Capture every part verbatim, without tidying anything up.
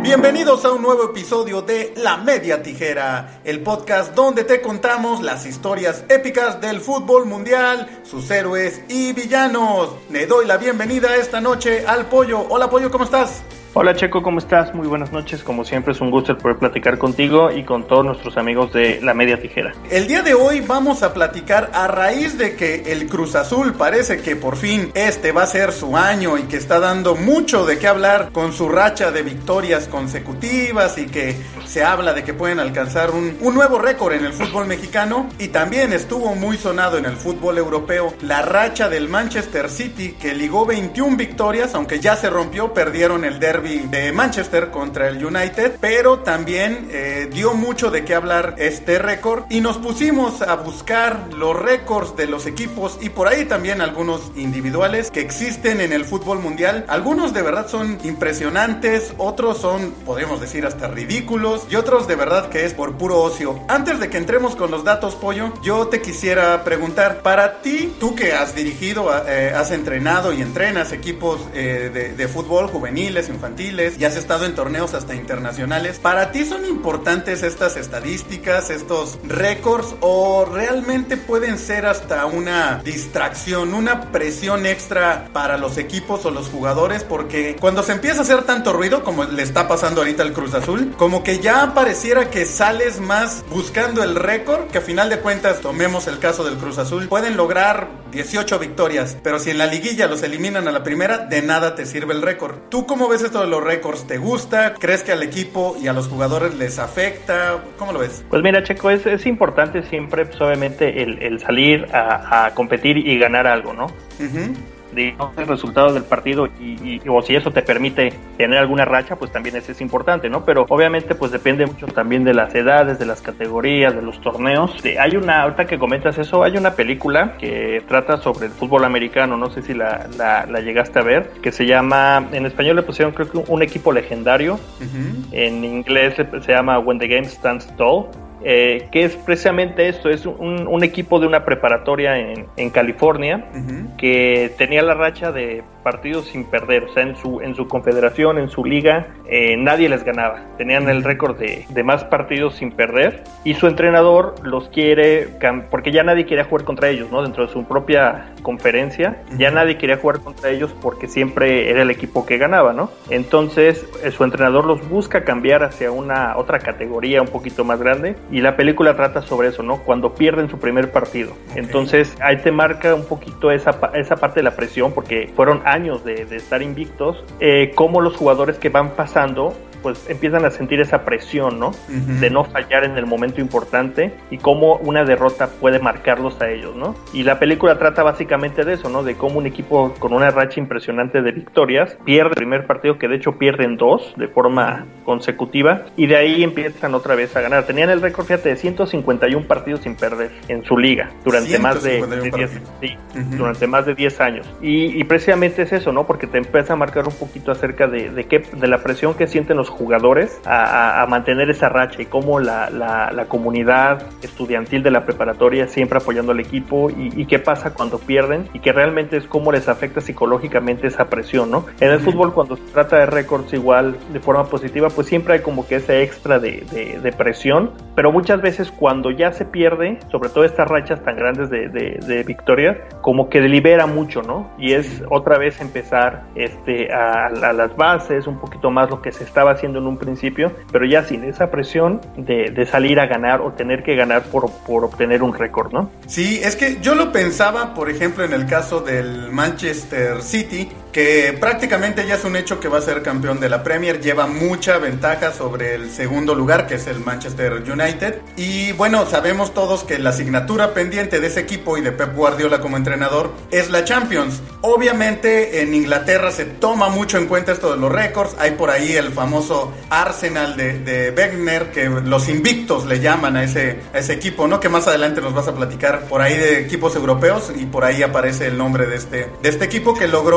Bienvenidos a un nuevo episodio de La Media Tijera, el podcast donde te contamos las historias épicas del fútbol mundial, sus héroes y villanos. Le doy la bienvenida esta noche al Pollo. Hola Pollo, ¿cómo estás? Hola Checo, ¿cómo estás? Muy buenas noches, como siempre es un gusto el poder platicar contigo y con todos nuestros amigos de La Media Tijera. El día de hoy vamos a platicar a raíz de que el Cruz Azul parece que por fin este va a ser su año y que está dando mucho de qué hablar con su racha de victorias consecutivas y que se habla de que pueden alcanzar un, un nuevo récord en el fútbol mexicano, y también estuvo muy sonado en el fútbol europeo la racha del Manchester City que ligó veintiuna victorias, aunque ya se rompió, perdieron el derbi de Manchester contra el United, pero también eh, dio mucho de qué hablar este récord y nos pusimos a buscar los récords de los equipos y por ahí también algunos individuales que existen en el fútbol mundial. Algunos de verdad son impresionantes, otros son, podríamos decir, hasta ridículos, y otros de verdad que es por puro ocio. Antes de que entremos con los datos, Pollo, yo te quisiera preguntar, para ti, tú que has dirigido, eh, has entrenado y entrenas equipos eh, de, de fútbol juveniles, infantiles, y has estado en torneos hasta internacionales, ¿para ti son importantes estas estadísticas, estos récords, o realmente pueden ser hasta una distracción, una presión extra para los equipos o los jugadores? Porque cuando se empieza a hacer tanto ruido como le está pasando ahorita al Cruz Azul, como que ya pareciera que sales más buscando el récord, que a final de cuentas, tomemos el caso del Cruz Azul, pueden lograr dieciocho victorias, pero si en la liguilla los eliminan a la primera, de nada te sirve el récord. ¿Tú cómo ves esto de los récords? ¿Te gusta? ¿Crees que al equipo y a los jugadores les afecta? ¿Cómo lo ves? Pues mira, Checo, es, es importante siempre, pues obviamente, el, el salir a, a competir y ganar algo, ¿no? Uh-huh. Digamos, el resultado del partido y, y o si eso te permite tener alguna racha, pues también es, es importante, ¿no? Pero obviamente pues depende mucho también de las edades, de las categorías, de los torneos. Sí, hay una, ahorita que comentas eso, hay una película que trata sobre el fútbol americano, no sé si la, la, la llegaste a ver, que se llama, en español le pusieron creo que un equipo legendario, uh-huh. En inglés se llama When the Game Stands Tall. Eh, que es precisamente esto, es un, un equipo de una preparatoria en, en California, uh-huh. que tenía la racha de partidos sin perder, o sea, en su en su confederación, en su liga, eh, nadie les ganaba, tenían uh-huh. el récord de, de más partidos sin perder, y su entrenador los quiere, porque ya nadie quería jugar contra ellos, ¿no? Dentro de su propia conferencia, uh-huh. ya nadie quería jugar contra ellos porque siempre era el equipo que ganaba, ¿no? Entonces, eh, su entrenador los busca cambiar hacia una otra categoría un poquito más grande, y la película trata sobre eso, ¿no? Cuando pierden su primer partido. Okay. Entonces, ahí te marca un poquito esa, esa parte de la presión, porque fueron años de, de estar invictos, eh, cómo los jugadores que van pasando pues empiezan a sentir esa presión, ¿no? Uh-huh. De no fallar en el momento importante, y cómo una derrota puede marcarlos a ellos, ¿no? Y la película trata básicamente de eso, ¿no? De cómo un equipo con una racha impresionante de victorias pierde el primer partido, que de hecho pierden dos de forma consecutiva, y de ahí empiezan otra vez a ganar. Tenían el récord, fíjate, de ciento cincuenta y uno partidos sin perder en su liga durante más de, de diez, sí, uh-huh. durante más de diez años. Y, y precisamente es eso, ¿no? Porque te empieza a marcar un poquito acerca de, de, qué, de la presión que sienten los jugadores a, a, a mantener esa racha, y cómo la, la, la comunidad estudiantil de la preparatoria siempre apoyando al equipo, y, y qué pasa cuando pierden, y que realmente es cómo les afecta psicológicamente esa presión, ¿no? En el uh-huh. fútbol, cuando se trata de récords igual de forma positiva, pues siempre hay como que ese extra de, de, de presión, pero muchas veces cuando ya se pierde, sobre todo estas rachas tan grandes de, de, de victorias, como que libera mucho, ¿no? Y es otra vez empezar este a, a las bases, un poquito más lo que se estaba haciendo en un principio, pero ya sin esa presión de, de salir a ganar o tener que ganar por, por obtener un récord, ¿no? Sí, es que yo lo pensaba, por ejemplo, en el caso del Manchester City, que prácticamente ya es un hecho que va a ser campeón de la Premier, lleva mucha ventaja sobre el segundo lugar, que es el Manchester United, y bueno, sabemos todos que la asignatura pendiente de ese equipo y de Pep Guardiola como entrenador es la Champions. Obviamente en Inglaterra se toma mucho en cuenta esto de los récords, hay por ahí el famoso Arsenal de, de Wenger, que los invictos le llaman a ese, a ese equipo, ¿no? Que más adelante nos vas a platicar por ahí de equipos europeos, y por ahí aparece el nombre de este, de este equipo que logró una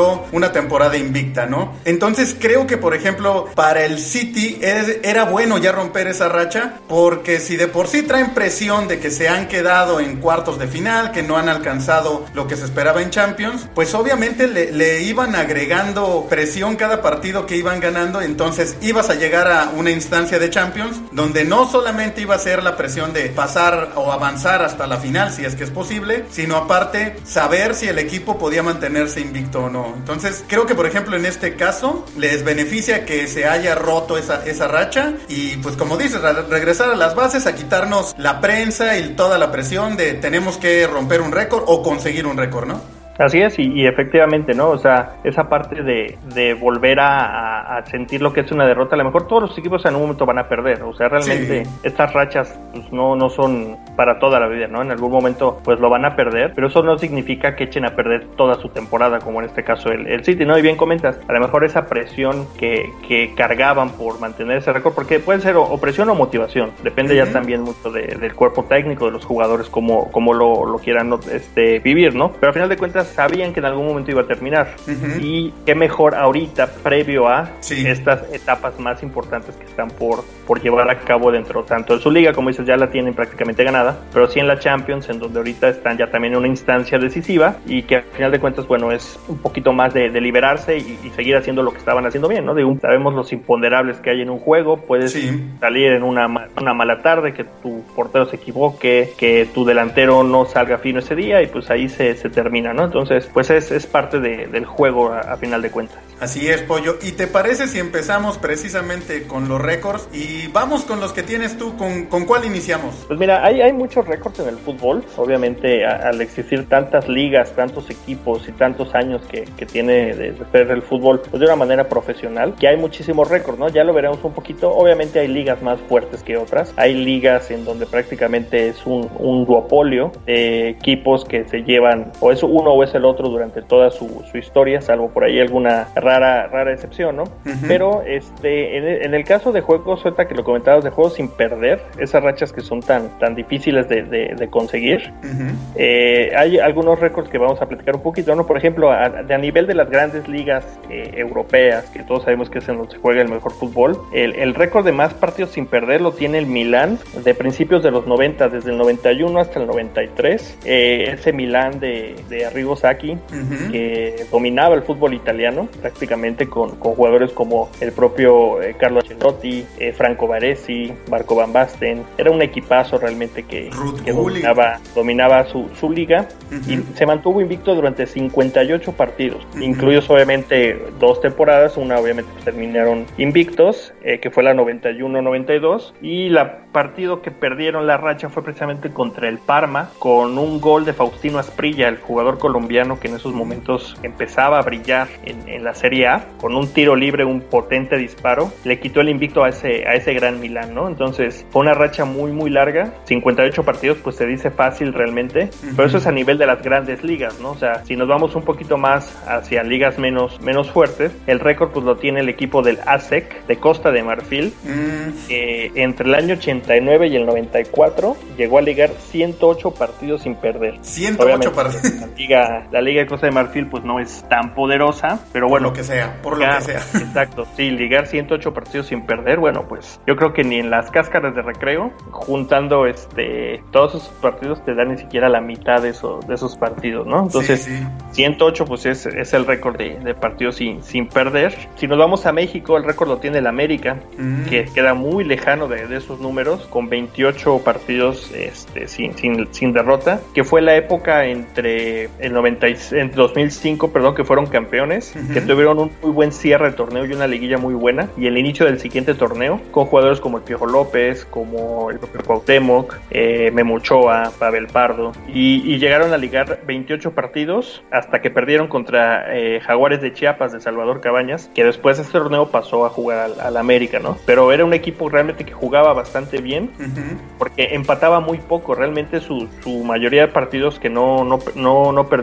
una temporada invicta, ¿no? Entonces creo que, por ejemplo, para el City es, era bueno ya romper esa racha, porque si de por sí traen presión de que se han quedado en cuartos de final, que no han alcanzado lo que se esperaba en Champions, pues obviamente le, le iban agregando presión cada partido que iban ganando. Entonces ibas a llegar a una instancia de Champions donde no solamente iba a ser la presión de pasar o avanzar hasta la final, si es que es posible, sino aparte saber si el equipo podía mantenerse invicto o no. Entonces creo que, por ejemplo, en este caso les beneficia que se haya roto esa, esa racha y, pues como dices, re- regresar a las bases, a quitarnos la prensa y toda la presión de tenemos que romper un récord o conseguir un récord, ¿no? Así es, y, y efectivamente, ¿no? O sea, esa parte de, de volver a, a, a sentir lo que es una derrota, a lo mejor todos los equipos en un momento van a perder, o sea, realmente sí. Estas rachas pues, no, no son para toda la vida, ¿no? En algún momento pues lo van a perder, pero eso no significa que echen a perder toda su temporada, como en este caso el, el City, ¿no? Y bien comentas, a lo mejor esa presión que, que cargaban por mantener ese récord, porque puede ser o, o presión o motivación, depende uh-huh. ya también mucho de, del cuerpo técnico, de los jugadores, cómo, cómo lo, lo quieran este, vivir, ¿no? Pero al final de cuentas sabían que en algún momento iba a terminar uh-huh. y qué mejor ahorita previo a sí. estas etapas más importantes que están por, por llevar a cabo dentro tanto de su liga, como dices, ya la tienen prácticamente ganada, pero sí en la Champions, en donde ahorita están ya también en una instancia decisiva y que al final de cuentas, bueno, es un poquito más de, de liberarse y, y seguir haciendo lo que estaban haciendo bien, ¿no? Digo, sabemos los imponderables que hay en un juego, puedes sí. salir en una, una mala tarde, que tu portero se equivoque, que tu delantero no salga fino ese día y pues ahí se, se termina, ¿no? Entonces, pues es, es parte de, del juego a, a final de cuentas. Así es, Pollo. ¿Y te parece si empezamos precisamente con los récords? Y vamos con los que tienes tú. ¿Con, con cuál iniciamos? Pues mira, hay, hay muchos récords en el fútbol. Obviamente, a, al existir tantas ligas, tantos equipos y tantos años que, que tiene de, de ver el fútbol pues de una manera profesional, que hay muchísimos récords, ¿no? Ya lo veremos un poquito. Obviamente hay ligas más fuertes que otras. Hay ligas en donde prácticamente es un, un duopolio de equipos que se llevan, o es uno o es el otro durante toda su, su historia, salvo por ahí alguna rara rara excepción, ¿no? Uh-huh. Pero este en el, en el caso de juegos, ahorita que lo comentabas, de juegos sin perder, esas rachas que son tan tan difíciles de, de, de conseguir, uh-huh. eh, hay algunos récords que vamos a platicar un poquito, ¿no? Por ejemplo, a, de a nivel de las grandes ligas eh, europeas, que todos sabemos que es en donde se juega el mejor fútbol, el, el récord de más partidos sin perder lo tiene el Milán de principios de los noventa, desde el noventa y uno hasta el noventa y tres, eh, ese Milán de, de Arrigo Sacchi, uh-huh. que dominaba el fútbol italiano prácticamente con, con jugadores como el propio eh, Carlo Ancelotti, eh, Franco Baresi, Marco Van Basten. Era un equipazo realmente que, que dominaba, dominaba su, su liga uh-huh. y se mantuvo invicto durante cincuenta y ocho partidos, uh-huh. incluidos obviamente dos temporadas, una obviamente pues, terminaron invictos, eh, que fue la noventa y uno noventa y dos, y la partido que perdieron la racha fue precisamente contra el Parma, con un gol de Faustino Asprilla, el jugador colombiano que en esos momentos empezaba a brillar en, en la Serie A, con un tiro libre, un potente disparo, le quitó el invicto a ese, a ese gran Milán, ¿no? Entonces fue una racha muy muy larga, cincuenta y ocho partidos, pues se dice fácil realmente, uh-huh. pero eso es a nivel de las grandes ligas, ¿no? O sea, si nos vamos un poquito más hacia ligas menos, menos fuertes, el récord pues lo tiene el equipo del A S E C de Costa de Marfil, uh-huh. que entre el año ochenta y nueve y el noventa y cuatro llegó a ligar ciento ocho partidos sin perder. ciento ocho partidos. La liga, la liga de Costa de Marfil pues no es tan poderosa, pero bueno. Por lo que sea, por ligar, lo que sea. Exacto, sí, ligar ciento ocho partidos sin perder, bueno, pues yo creo que ni en las cáscaras de recreo, juntando este todos esos partidos te dan ni siquiera la mitad de, eso, de esos partidos, ¿no? Entonces, sí, sí. ciento ocho pues es, es el récord de, de partidos sin, sin perder. Si nos vamos a México, el récord lo tiene el América, mm. que queda muy lejano de, de esos números, con veintiocho partidos este, sin, sin, sin derrota, que fue la época entre el noventa y, en dos mil cinco, perdón, que fueron campeones, uh-huh. que tuvieron un muy buen cierre de torneo y una liguilla muy buena, y el inicio del siguiente torneo, con jugadores como el Piojo López, como el propio Cuauhtémoc, eh, Memo Ochoa, Pavel Pardo, y, y llegaron a ligar veintiocho partidos, hasta que perdieron contra eh, Jaguares de Chiapas de Salvador Cabañas, que después de este torneo pasó a jugar al, al América, ¿no? Pero era un equipo realmente que jugaba bastante bien, uh-huh. porque empataba muy poco, realmente su, su mayoría de partidos que no, no, no, no perdió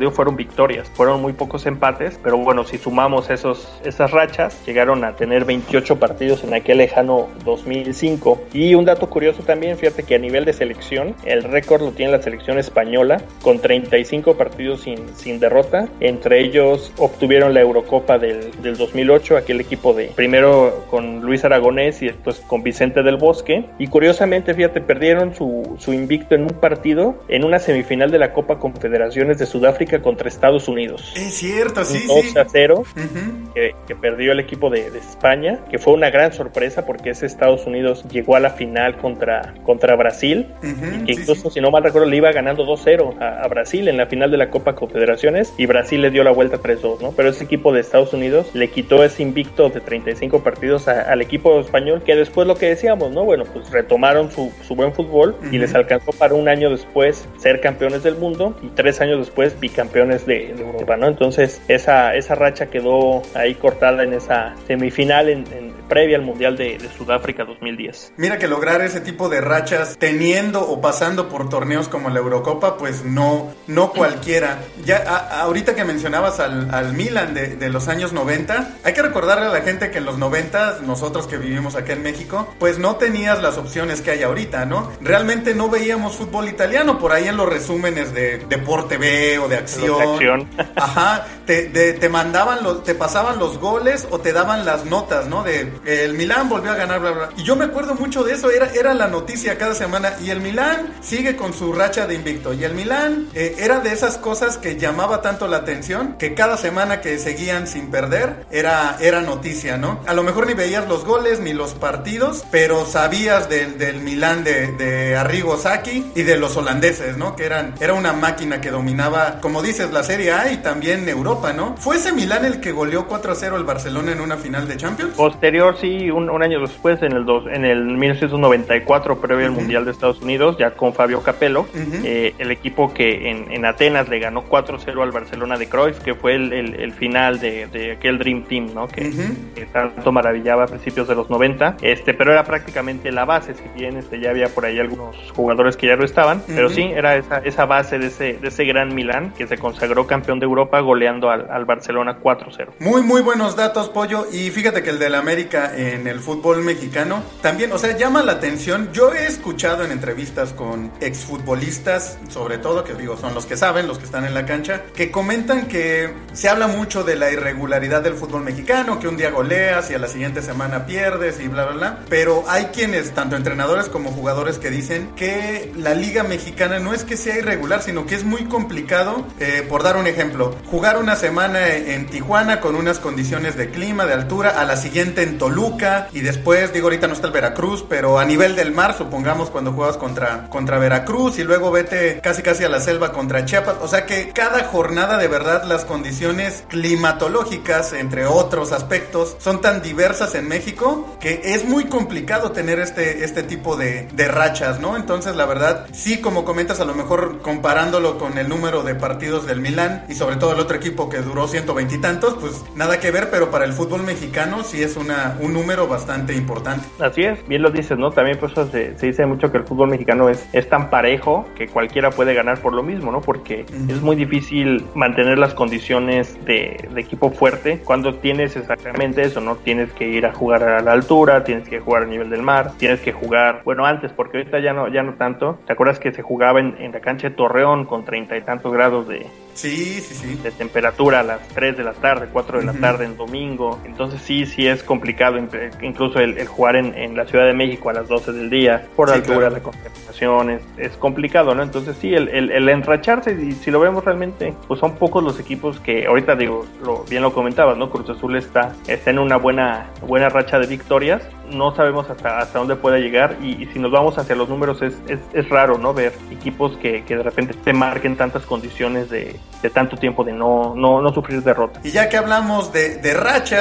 partido fueron victorias, fueron muy pocos empates, pero bueno, si sumamos esos, esas rachas, llegaron a tener veintiocho partidos en aquel lejano dos mil cinco. Y un dato curioso también, fíjate que a nivel de selección, el récord lo tiene la selección española, con treinta y cinco partidos sin, sin derrota. Entre ellos obtuvieron la Eurocopa del, del dos mil ocho, aquel equipo de primero con Luis Aragonés y después con Vicente del Bosque. Y curiosamente, fíjate, perdieron su, su invicto en un partido, en una semifinal de la Copa Confederaciones de Sudáfrica contra Estados Unidos. Es cierto, sí, dos sí. a cero, uh-huh. que, que perdió el equipo de, de España, que fue una gran sorpresa porque ese Estados Unidos llegó a la final contra, contra Brasil, uh-huh, y que incluso, sí, sí. si no mal recuerdo, le iba ganando dos cero a, a Brasil en la final de la Copa Confederaciones, y Brasil le dio la vuelta tres dos, ¿no? Pero ese equipo de Estados Unidos le quitó ese invicto de treinta y cinco partidos a, al equipo español, que después lo que decíamos, ¿no? Bueno, pues retomaron su, su buen fútbol, uh-huh. y les alcanzó para un año después ser campeones del mundo, y tres años después bicampeones de, de Europa, ¿no? Entonces esa, esa racha quedó ahí cortada en esa semifinal en, en, previa al Mundial de, de Sudáfrica dos mil diez. Mira que lograr ese tipo de rachas teniendo o pasando por torneos como la Eurocopa, pues no, no cualquiera. Ya a, ahorita que mencionabas al, al Milan de, de los años noventa, hay que recordarle a la gente que en los noventa, nosotros que vivimos acá en México, pues no tenías las opciones que hay ahorita, ¿no? Realmente no veíamos fútbol italiano por ahí en los resúmenes de Deporte B o de Acción. De acción. Ajá, te, de, te mandaban los, te pasaban los goles o te daban las notas, ¿no? De el Milán volvió a ganar, bla, bla. Y yo me acuerdo mucho de eso, era, era la noticia cada semana. Y el Milán sigue con su racha de invicto. Y el Milán eh, era de esas cosas que llamaba tanto la atención que cada semana que seguían sin perder era, era noticia, ¿no? A lo mejor ni veías los goles ni los partidos, pero sabías del, del Milán de, de Arrigo Sacchi y de los holandeses, ¿no? Que eran, era una máquina que dominaba, como dices, la Serie A y también Europa, ¿no? ¿Fue ese Milán el que goleó cuatro a cero al Barcelona en una final de Champions? Posterior, sí, un, un año después, en el, dos, en el mil novecientos noventa y cuatro, previo al uh-huh. Mundial de Estados Unidos, ya con Fabio Capello, uh-huh. eh, el equipo que en, en Atenas le ganó cuatro cero al Barcelona de Cruyff, que fue el, el, el final de, de aquel Dream Team, ¿no? Que, uh-huh. que tanto maravillaba a principios de los noventa, este, pero era prácticamente la base, si bien este, ya había por ahí algunos jugadores que ya no estaban, uh-huh. pero sí, era esa, esa base de ese, de ese gran Milán, que se consagró campeón de Europa goleando al, al Barcelona cuatro cero. Muy, muy buenos datos, Pollo, y fíjate que el del América en el fútbol mexicano también, o sea, llama la atención. Yo he escuchado en entrevistas con exfutbolistas, sobre todo, que digo, son los que saben, los que están en la cancha, que comentan que se habla mucho de la irregularidad del fútbol mexicano, que un día goleas y a la siguiente semana pierdes y bla, bla, bla, pero hay quienes, tanto entrenadores como jugadores, que dicen que la liga mexicana no es que sea irregular, sino que es muy complicado, eh, por dar un ejemplo, jugar una semana en Tijuana con unas condiciones de clima, de altura, a la siguiente en Toluca, y después, digo, ahorita no está el Veracruz, pero a nivel del mar, supongamos cuando juegas contra, contra Veracruz, y luego vete casi casi a la selva contra Chiapas, o sea que cada jornada, de verdad, las condiciones climatológicas, entre otros aspectos, son tan diversas en México, que es muy complicado tener este, este tipo de, de rachas, ¿no? Entonces, la verdad, sí, como comentas, a lo mejor comparándolo con el número de partidos del Milán, y sobre todo el otro equipo que duró ciento veinte y tantos, pues nada que ver, pero para el fútbol mexicano sí es una, un número bastante importante. Así es, bien lo dices, ¿no? También por eso se, se dice mucho que el fútbol mexicano es, es tan parejo que cualquiera puede ganar por lo mismo, ¿no? Porque uh-huh. es muy difícil mantener las condiciones de, de equipo fuerte cuando tienes exactamente eso, ¿no? Tienes que ir a jugar a la altura, tienes que jugar a nivel del mar, tienes que jugar, bueno, antes, porque ahorita ya no, ya no tanto. ¿Te acuerdas que se jugaba en, en la cancha de Torreón con treinta y tantos grados de, sí, sí, sí. de temperatura a las tres de la tarde, cuatro de la uh-huh. tarde en domingo? Entonces sí, sí es complicado, incluso el, el jugar en, en la Ciudad de México a las doce del día, por la sí, altura, claro. la concentración, es, es complicado, ¿no? Entonces sí, el, el, el enracharse, y si lo vemos realmente, pues son pocos los equipos que, ahorita digo, lo, bien lo comentabas, ¿no? Cruz Azul está, está en una buena, buena racha de victorias, no sabemos hasta, hasta dónde puede llegar, y, y si nos vamos hacia los números, es, es, es raro, ¿no? Ver equipos que, que de repente te marquen tantas condiciones de, de tanto tiempo de no, no, no sufrir derrota. Y ya que hablamos de, de rachas,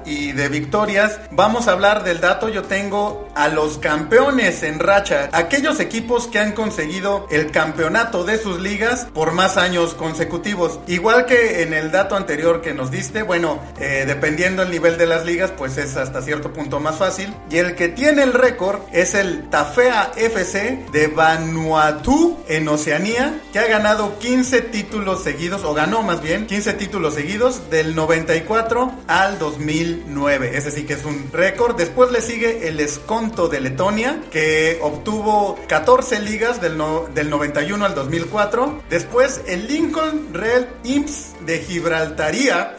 y de victorias, vamos a hablar del dato. Yo tengo a los campeones en racha, aquellos equipos que han conseguido el campeonato de sus ligas por más años consecutivos. Igual que en el dato anterior que nos diste, bueno, eh, dependiendo el nivel de las ligas, pues es hasta cierto punto más fácil. Y el que tiene el récord es el Tafea F C de Vanuatu en Oceanía, que ha ganado quince títulos seguidos, o ganó más bien quince títulos seguidos del noventa y cuatro al dos mil nueve. Ese sí que es un récord. Después le sigue el Esconto de Letonia, que obtuvo catorce ligas del, no, del noventa y uno al dos mil cuatro. Después el Lincoln Red Imps de Gibraltaría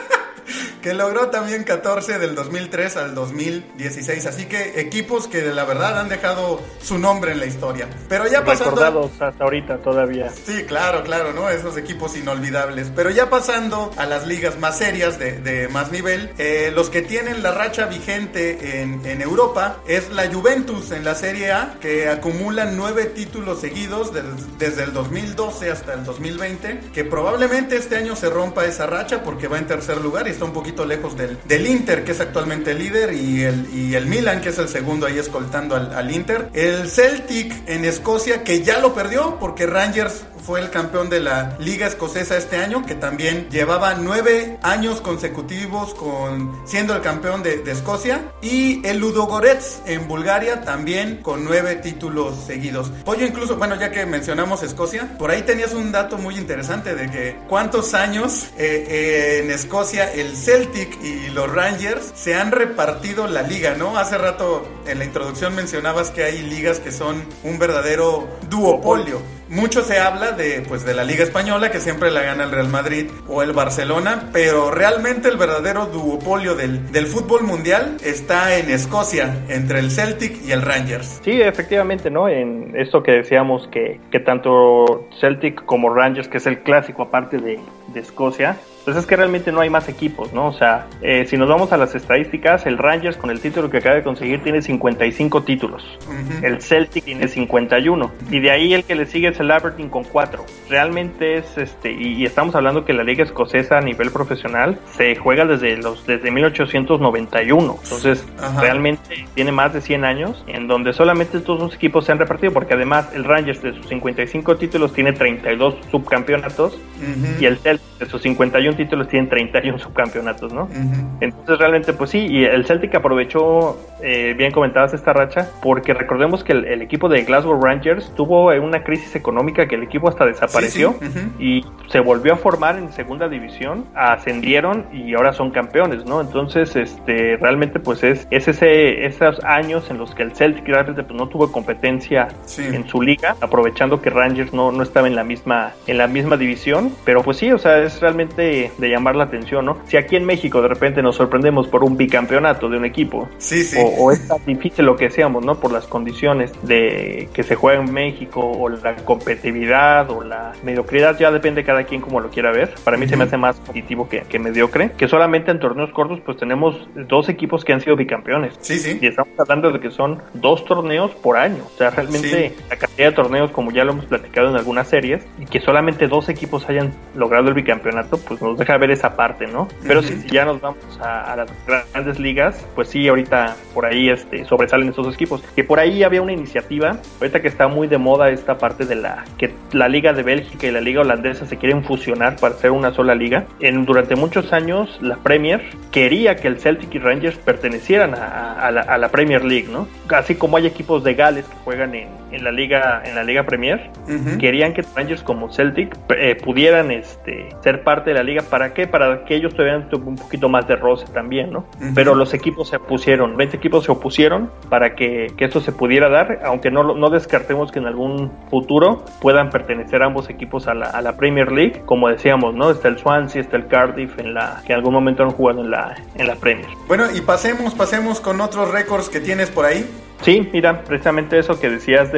que logró también catorce del dos mil tres al dos mil dieciséis. Así que equipos que de la verdad han dejado su nombre en la historia. Pero ya pasando... Recordados hasta ahorita todavía. Sí, claro, claro, ¿no? Esos equipos inolvidables. Pero ya pasando a las ligas más serias de, de más nivel, eh, los que tienen la racha vigente en, en Europa es la Juventus en la Serie A, que acumula nueve títulos seguidos de, desde el dos mil doce hasta el dos mil veinte, que probablemente este año se rompa esa racha porque va en tercer lugar y está un poquito lejos del, del Inter, que es actualmente el líder, y el, y el Milan, que es el segundo ahí escoltando al, al Inter. El Celtic en Escocia, que ya lo perdió porque Rangers fue el campeón de la Liga Escocesa este año, que también llevaba nueve años consecutivos con siendo el campeón de, de Escocia. Y el Ludogorets en Bulgaria también con nueve títulos seguidos. Pollo, incluso, bueno, ya que mencionamos Escocia, por ahí tenías un dato muy interesante de que cuántos años eh, eh, en Escocia el Celtic y los Rangers se han repartido la liga, ¿no? Hace rato en la introducción mencionabas que hay ligas que son un verdadero duopolio. Mucho se habla de, pues, de la Liga Española, que siempre la gana el Real Madrid o el Barcelona, pero realmente el verdadero duopolio del, del fútbol mundial está en Escocia, entre el Celtic y el Rangers. Sí, efectivamente, ¿no? En esto que decíamos que, que tanto Celtic como Rangers, que es el clásico aparte de, de Escocia, pues es que realmente no hay más equipos, ¿no? O sea, eh, si nos vamos a las estadísticas, el Rangers con el título que acaba de conseguir tiene cincuenta y cinco títulos. Uh-huh. El Celtic tiene cincuenta y uno. Y de ahí el que le sigue es el Aberdeen con cuatro. Realmente es, este, y, y estamos hablando que la liga escocesa a nivel profesional se juega desde los desde mil ochocientos noventa y uno. Entonces, uh-huh, realmente tiene más de cien años en donde solamente estos dos equipos se han repartido, porque además el Rangers de sus cincuenta y cinco títulos tiene treinta y dos subcampeonatos, uh-huh, y el Celtic de sus cincuenta y uno títulos tienen treinta y uno subcampeonatos, ¿no? Uh-huh. Entonces realmente pues sí, y el Celtic aprovechó, eh, bien comentadas esta racha, porque recordemos que el, el equipo de Glasgow Rangers tuvo una crisis económica que el equipo hasta desapareció, sí, sí. Uh-huh, y se volvió a formar en segunda división, ascendieron y ahora son campeones, ¿no? Entonces este realmente pues es, es ese esos años en los que el Celtic realmente pues, no tuvo competencia, sí, en su liga, aprovechando que Rangers no, no estaba en la misma en la misma división, pero pues sí, o sea, es realmente de llamar la atención, ¿no? Si aquí en México de repente nos sorprendemos por un bicampeonato de un equipo, sí, sí, o, o es tan difícil lo que seamos, ¿no? Por las condiciones de que se juega en México, o la competitividad, o la mediocridad, ya depende cada quien como lo quiera ver. Para mí, uh-huh, se me hace más competitivo que, que mediocre, que solamente en torneos cortos pues tenemos dos equipos que han sido bicampeones. Sí, sí. Y estamos hablando de que son dos torneos por año. O sea, realmente, sí, la cantidad de torneos, como ya lo hemos platicado en algunas series, y que solamente dos equipos hayan logrado el bicampeonato, pues nos deja ver esa parte, ¿no? Pero uh-huh, si, si ya nos vamos a, a las grandes ligas, pues sí, ahorita por ahí este, sobresalen estos equipos. Que por ahí había una iniciativa, ahorita que está muy de moda esta parte de la que la Liga de Bélgica y la Liga Holandesa se quieren fusionar para hacer una sola liga. En, durante muchos años, la Premier quería que el Celtic y Rangers pertenecieran a, a, la, a la Premier League, ¿no? Así como hay equipos de Gales que juegan en, en la Liga en la Liga Premier, uh-huh, querían que Rangers como Celtic eh, pudieran este, ser parte de la liga. ¿Para qué? Para que ellos tuvieran un poquito más de roce también, ¿no? Uh-huh. Pero los equipos se opusieron, veinte equipos se opusieron para que, que esto se pudiera dar, aunque no, no descartemos que en algún futuro puedan pertenecer ambos equipos a la, a la Premier League, como decíamos, ¿no? Está el Swansea, está el Cardiff, en la que en algún momento han jugado en la, en la Premier. Bueno, y pasemos, pasemos con otros récords que tienes por ahí. Sí, mira, precisamente eso que decías de,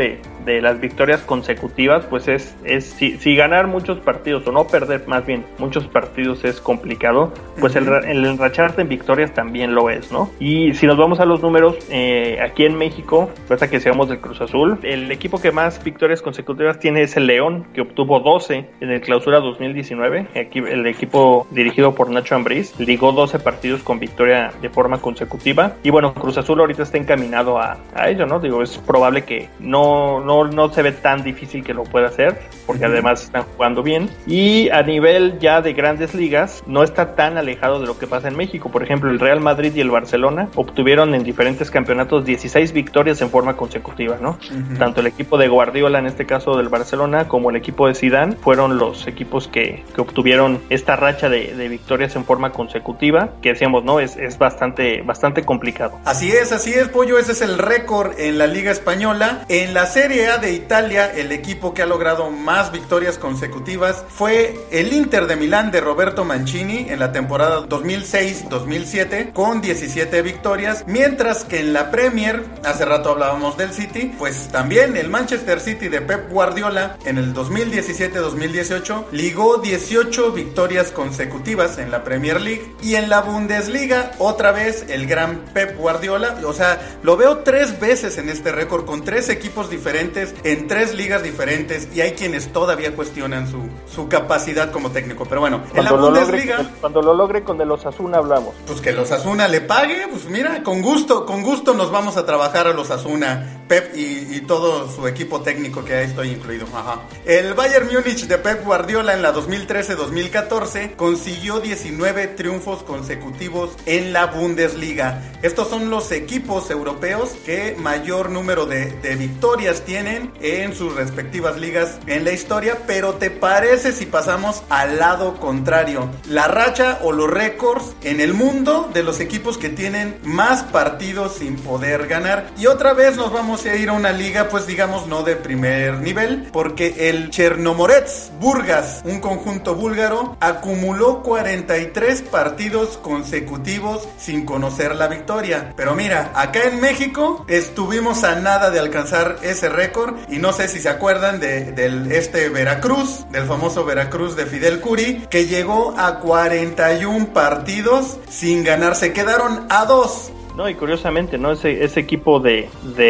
de las victorias consecutivas, pues es, es si, si ganar muchos partidos o no perder más bien muchos partidos es complicado, pues uh-huh. el, el enracharte en victorias también lo es, ¿no? Y si nos vamos a los números, eh, aquí en México, pues que seamos del Cruz Azul, el equipo que más victorias consecutivas tiene es el León, que obtuvo doce en el Clausura dos mil diecinueve. Aquí el equipo dirigido por Nacho Ambriz ligó doce partidos con victoria de forma consecutiva. Y bueno, Cruz Azul ahorita está encaminado a, a ello, ¿no? Digo, es probable que no, no, no se ve tan difícil que lo pueda hacer, porque uh-huh. además están jugando bien. Y a nivel ya de grandes ligas, no está tan alejado de lo que pasa en México. Por ejemplo, el Real Madrid y el Barcelona obtuvieron en diferentes campeonatos dieciséis victorias en forma consecutiva, ¿no? Uh-huh. Tanto el equipo de Guardiola, en este caso del Barcelona, como el equipo de Zidane, fueron los equipos que, que obtuvieron esta racha de, de victorias en forma consecutiva, que decíamos, ¿no? Es, es bastante, bastante complicado. Así es, así es, Pollo, ese es el récord en la Liga Española. En la Serie A de Italia, el equipo que ha logrado más victorias consecutivas fue el Inter de Milán de Roberto Mancini en la temporada dos mil seis dos mil siete, con diecisiete victorias, mientras que en la Premier, hace rato hablábamos del City, pues también el Manchester City de Pep Guardiola en el dos mil diecisiete dos mil dieciocho ligó dieciocho victorias consecutivas en la Premier League. Y en la Bundesliga otra vez el gran Pep Guardiola, o sea, lo veo tres veces en este récord con tres equipos diferentes en tres ligas diferentes, y hay quienes todavía cuestionan su, su capacidad como técnico, pero bueno, cuando en la Bundesliga logre, cuando lo logre con el Osasuna hablamos. Pues que el Osasuna le pague, pues mira, con gusto, con gusto nos vamos a trabajar a los Osasuna, Pep y, y todo su equipo técnico, que ahí estoy incluido. Ajá. El Bayern Múnich de Pep Guardiola en la dos mil trece dos mil catorce consiguió diecinueve triunfos consecutivos en la Bundesliga. Estos son los equipos europeos que mayor número de, de victorias tienen en sus respectivas ligas en la historia, pero ¿te parece si pasamos al lado contrario? La racha o los récords en el mundo de los equipos que tienen más partidos sin poder ganar. Y otra vez nos vamos a ir a una liga, pues digamos, no de primer nivel, porque el Chernomorets Burgas, un conjunto búlgaro, acumuló cuarenta y tres partidos consecutivos sin conocer la victoria. Pero mira, acá en México estuvimos a nada de alcanzar ese récord, y no sé si se acuerdan de, del este Veracruz, del famoso Veracruz de Fidel Curi, que llegó a cuarenta y uno partidos sin ganar. Se quedaron a dos. No, y curiosamente, ¿no? Ese, ese equipo de,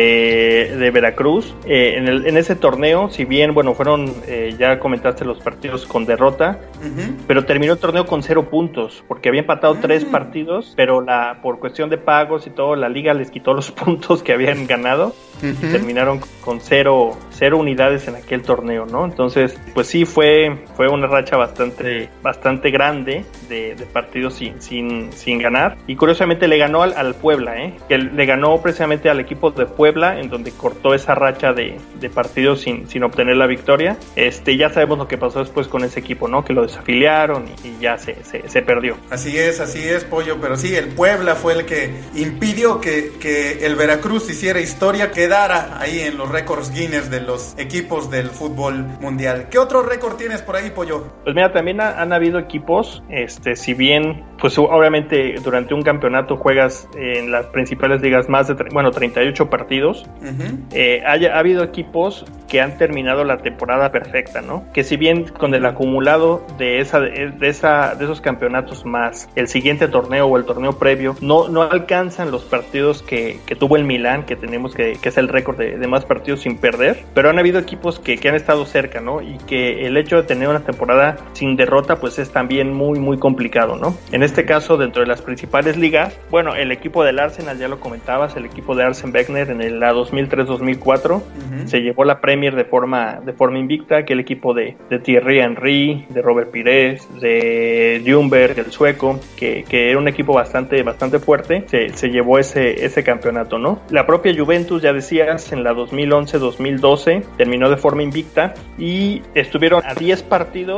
de, de Veracruz, eh, en, el, en ese torneo, si bien, bueno, fueron, eh, ya comentaste los partidos con derrota, uh-huh. pero terminó el torneo con cero puntos, porque había empatado uh-huh. tres partidos, pero la por cuestión de pagos y todo, la liga les quitó los puntos que habían ganado, uh-huh. y terminaron con cero, cero unidades en aquel torneo, ¿no? Entonces, pues sí, fue, fue una racha bastante, bastante grande de, de partidos sin, sin, sin ganar, y curiosamente le ganó al, al Puebla. ¿eh? Que le ganó precisamente al equipo de Puebla, en donde cortó esa racha de, de partidos sin, sin obtener la victoria. Este, ya sabemos lo que pasó después con ese equipo, ¿no? Que lo desafiliaron y, y ya se, se, se perdió. Así es, así es, Pollo, pero sí, el Puebla fue el que impidió que, que el Veracruz hiciera historia, quedara ahí en los récords Guinness de los equipos del fútbol mundial. ¿Qué otro récord tienes por ahí, Pollo? Pues mira, también ha, han habido equipos, este, si bien, pues obviamente durante un campeonato juegas en las principales ligas más de, bueno, treinta y ocho partidos, uh-huh. eh, haya, ha habido equipos que han terminado la temporada perfecta, ¿no? Que si bien con el acumulado de esa, de esa, de esos campeonatos más el siguiente torneo o el torneo previo, no, no alcanzan los partidos que, que tuvo el Milán, que tenemos que, que es el récord de, de más partidos sin perder, pero han habido equipos que, que han estado cerca, ¿no? Y que el hecho de tener una temporada sin derrota, pues es también muy, muy complicado, ¿no? En este caso, dentro de las principales ligas, bueno, el equipo del Arsenal, ya lo comentabas, el equipo de Arsene Wenger en el, la dos mil tres dos mil cuatro uh-huh. se llevó la Premier de forma, de forma invicta, que el equipo de, de Thierry Henry, de Robert Pires, de Ljungberg, el sueco, que, que era un equipo bastante, bastante fuerte, se, se llevó ese, ese campeonato, ¿no? La propia Juventus, ya decías, en la dos mil once dos mil doce terminó de forma invicta y estuvieron a diez partidos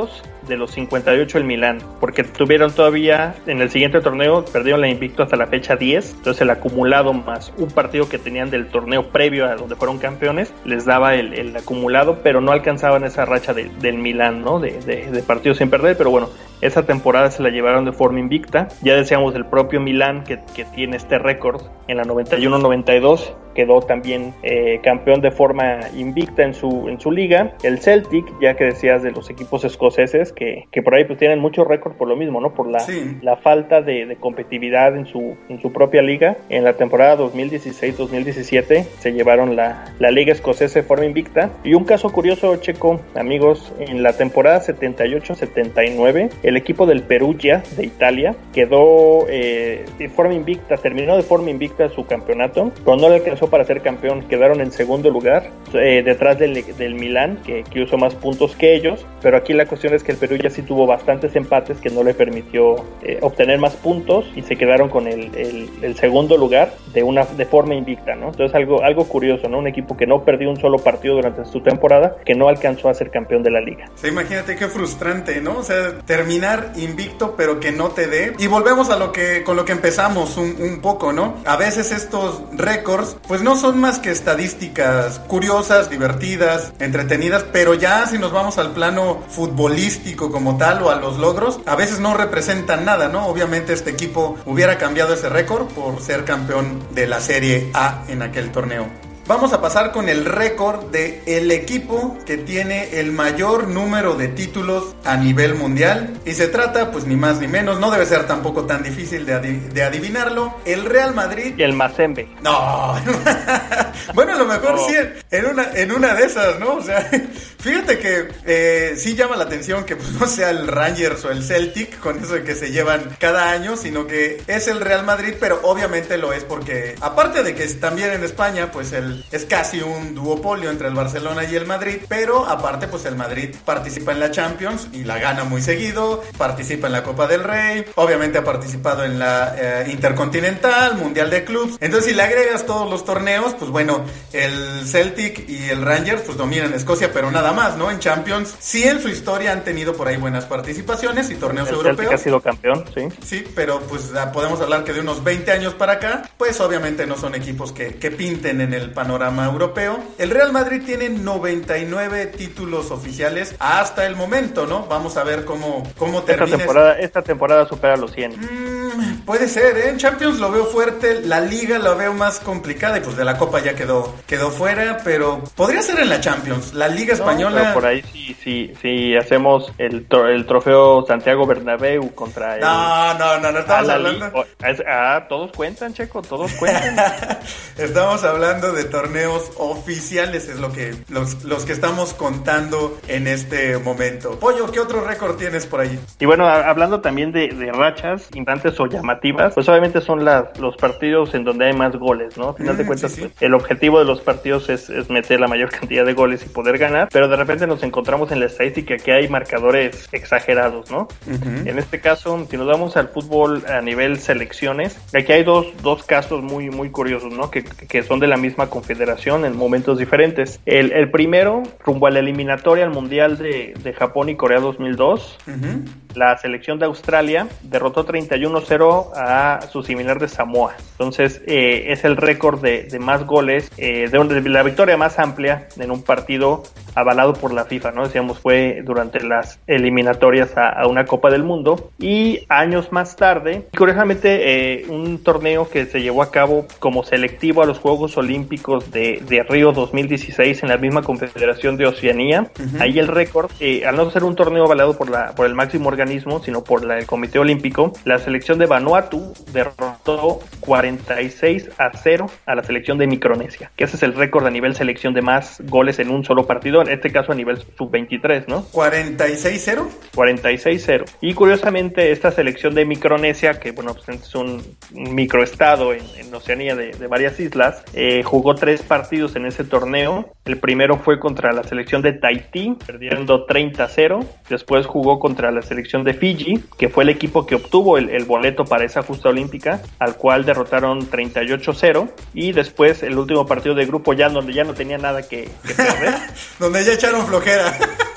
de los cincuenta y ocho el Milán, porque tuvieron todavía en el siguiente torneo, perdieron la invicto hasta la fecha diez, entonces el acumulado más un partido que tenían del torneo previo a donde fueron campeones, les daba el, el acumulado, pero no alcanzaban esa racha de, del Milán, ¿no? De, de, de partidos sin perder, pero bueno, esa temporada se la llevaron de forma invicta. Ya decíamos el propio Milán que, que tiene este récord en la noventa y uno noventa y dos, quedó también eh, campeón de forma invicta en su en su liga. El Celtic, ya que decías de los equipos escoceses, que, que por ahí pues tienen muchos récords por lo mismo, ¿no? Por la, sí. la falta de, de competitividad en su en su propia liga. En la temporada dos mil dieciséis dos mil diecisiete se llevaron la, la liga escocesa de forma invicta. Y un caso curioso, Checo, amigos, en la temporada setenta y ocho setenta y nueve, el equipo del Perugia de Italia quedó eh, de forma invicta, terminó de forma invicta su campeonato, pero no le alcanzó para ser campeón, quedaron en segundo lugar, eh, detrás del, del Milán, que, que usó más puntos que ellos, pero aquí la cuestión es que el Perugia sí tuvo bastantes empates que no le permitió eh, obtener más puntos y se quedaron con el, el, el segundo lugar de una de forma invicta, ¿no? Entonces algo, algo curioso, ¿no? Un equipo que no perdió un solo partido durante su temporada, que no alcanzó a ser campeón de la liga. Sí, imagínate qué frustrante, ¿no? O sea, terminar invicto pero que no te dé. Y volvemos a lo que con lo que empezamos un, un poco, ¿no? A veces estos récords pues no son más que estadísticas curiosas, divertidas, entretenidas, pero ya si nos vamos al plano futbolístico como tal o a los logros, a veces no representan nada, ¿no? Obviamente este equipo hubiera cambiado ese récord por ser campeón de la Serie A en aquel torneo. Vamos a pasar con el récord de el equipo que tiene el mayor número de títulos a nivel mundial. Y se trata, pues ni más ni menos, no debe ser tampoco tan difícil de, adi- de adivinarlo, el Real Madrid. Y el Mazembe. No, bueno, a lo mejor no. sí, en una, en una de esas, ¿no? O sea, fíjate que eh, sí llama la atención que pues, no sea el Rangers o el Celtic, con eso de que se llevan cada año, sino que es el Real Madrid, pero obviamente lo es porque, aparte de que también en España, pues el es casi un duopolio entre el Barcelona y el Madrid, pero aparte pues el Madrid participa en la Champions y la gana muy seguido, participa en la Copa del Rey, obviamente ha participado en la eh, Intercontinental, Mundial de Clubs, entonces si le agregas todos los torneos, pues bueno, el Celtic y el Rangers pues dominan Escocia, pero nada más, ¿no? En Champions sí en su historia han tenido por ahí buenas participaciones y torneos el europeos. Celtic ha sido campeón, sí. Sí, pero pues podemos hablar que de unos veinte años para acá, pues obviamente no son equipos que, que pinten en el panorama europeo. El Real Madrid tiene noventa y nueve títulos oficiales hasta el momento, ¿no? Vamos a ver cómo, cómo termina. Esta temporada, esta temporada supera los cien. Mm, puede ser, ¿eh? En Champions lo veo fuerte, la Liga lo veo más complicada y pues de la Copa ya quedó, quedó fuera, pero podría ser en la Champions. La Liga Española... No, por ahí sí, sí, sí hacemos el, tro- el trofeo Santiago Bernabéu contra el... No, no, no, no estamos hablando... Ah, todos cuentan, Checo, todos cuentan. Estamos hablando de torneos oficiales, es lo que los, los que estamos contando en este momento. Pollo, ¿qué otro récord tienes por ahí? Y bueno, a, hablando también de, de rachas importantes o llamativas, pues obviamente son las, los partidos en donde hay más goles, ¿no? Al final mm, de cuentas, sí, sí. Pues, el objetivo de los partidos es, es meter la mayor cantidad de goles y poder ganar, pero de repente nos encontramos en la estadística que hay marcadores exagerados, ¿no? Uh-huh. En este caso, si nos vamos al fútbol a nivel selecciones, aquí hay dos, dos casos muy, muy curiosos, ¿no? Que, que son de la misma confederación en momentos diferentes. El, el primero, rumbo a la eliminatoria al Mundial de, de Japón y Corea dos mil dos, uh-huh. La selección de Australia derrotó treinta y uno cero a su similar de Samoa. Entonces, eh, es el récord de, de más goles, eh, de, de la victoria más amplia en un partido avalado por la FIFA, ¿no? Decíamos, fue durante las eliminatorias a, a una Copa del Mundo. Y años más tarde, curiosamente, eh, un torneo que se llevó a cabo como selectivo a los Juegos Olímpicos de, de Río dos mil dieciséis en la misma Confederación de Oceanía. Uh-huh. Ahí el récord, eh, al no ser un torneo avalado por, la, por el máximo organismo, sino por la, el Comité Olímpico, la selección de Vanuatu derrotó cuarenta y seis a cero a la selección de Micronesia, que ese es el récord a nivel selección de más goles en un solo partido, en este caso a nivel sub veintitrés, ¿no? ¿cuarenta y seis cero? cuarenta y seis cero. Y curiosamente esta selección de Micronesia, que bueno, pues es un microestado en, en Oceanía de, de varias islas, eh, jugó tres partidos en ese torneo. El primero fue contra la selección de Tahití, perdiendo treinta a cero. Después jugó contra la selección de Fiji, que fue el equipo que obtuvo el, el boleto para esa justa olímpica, al cual derrotaron treinta y ocho cero. Y después el último partido de grupo ya donde ya no tenía nada que, que perder. Donde ya echaron flojera.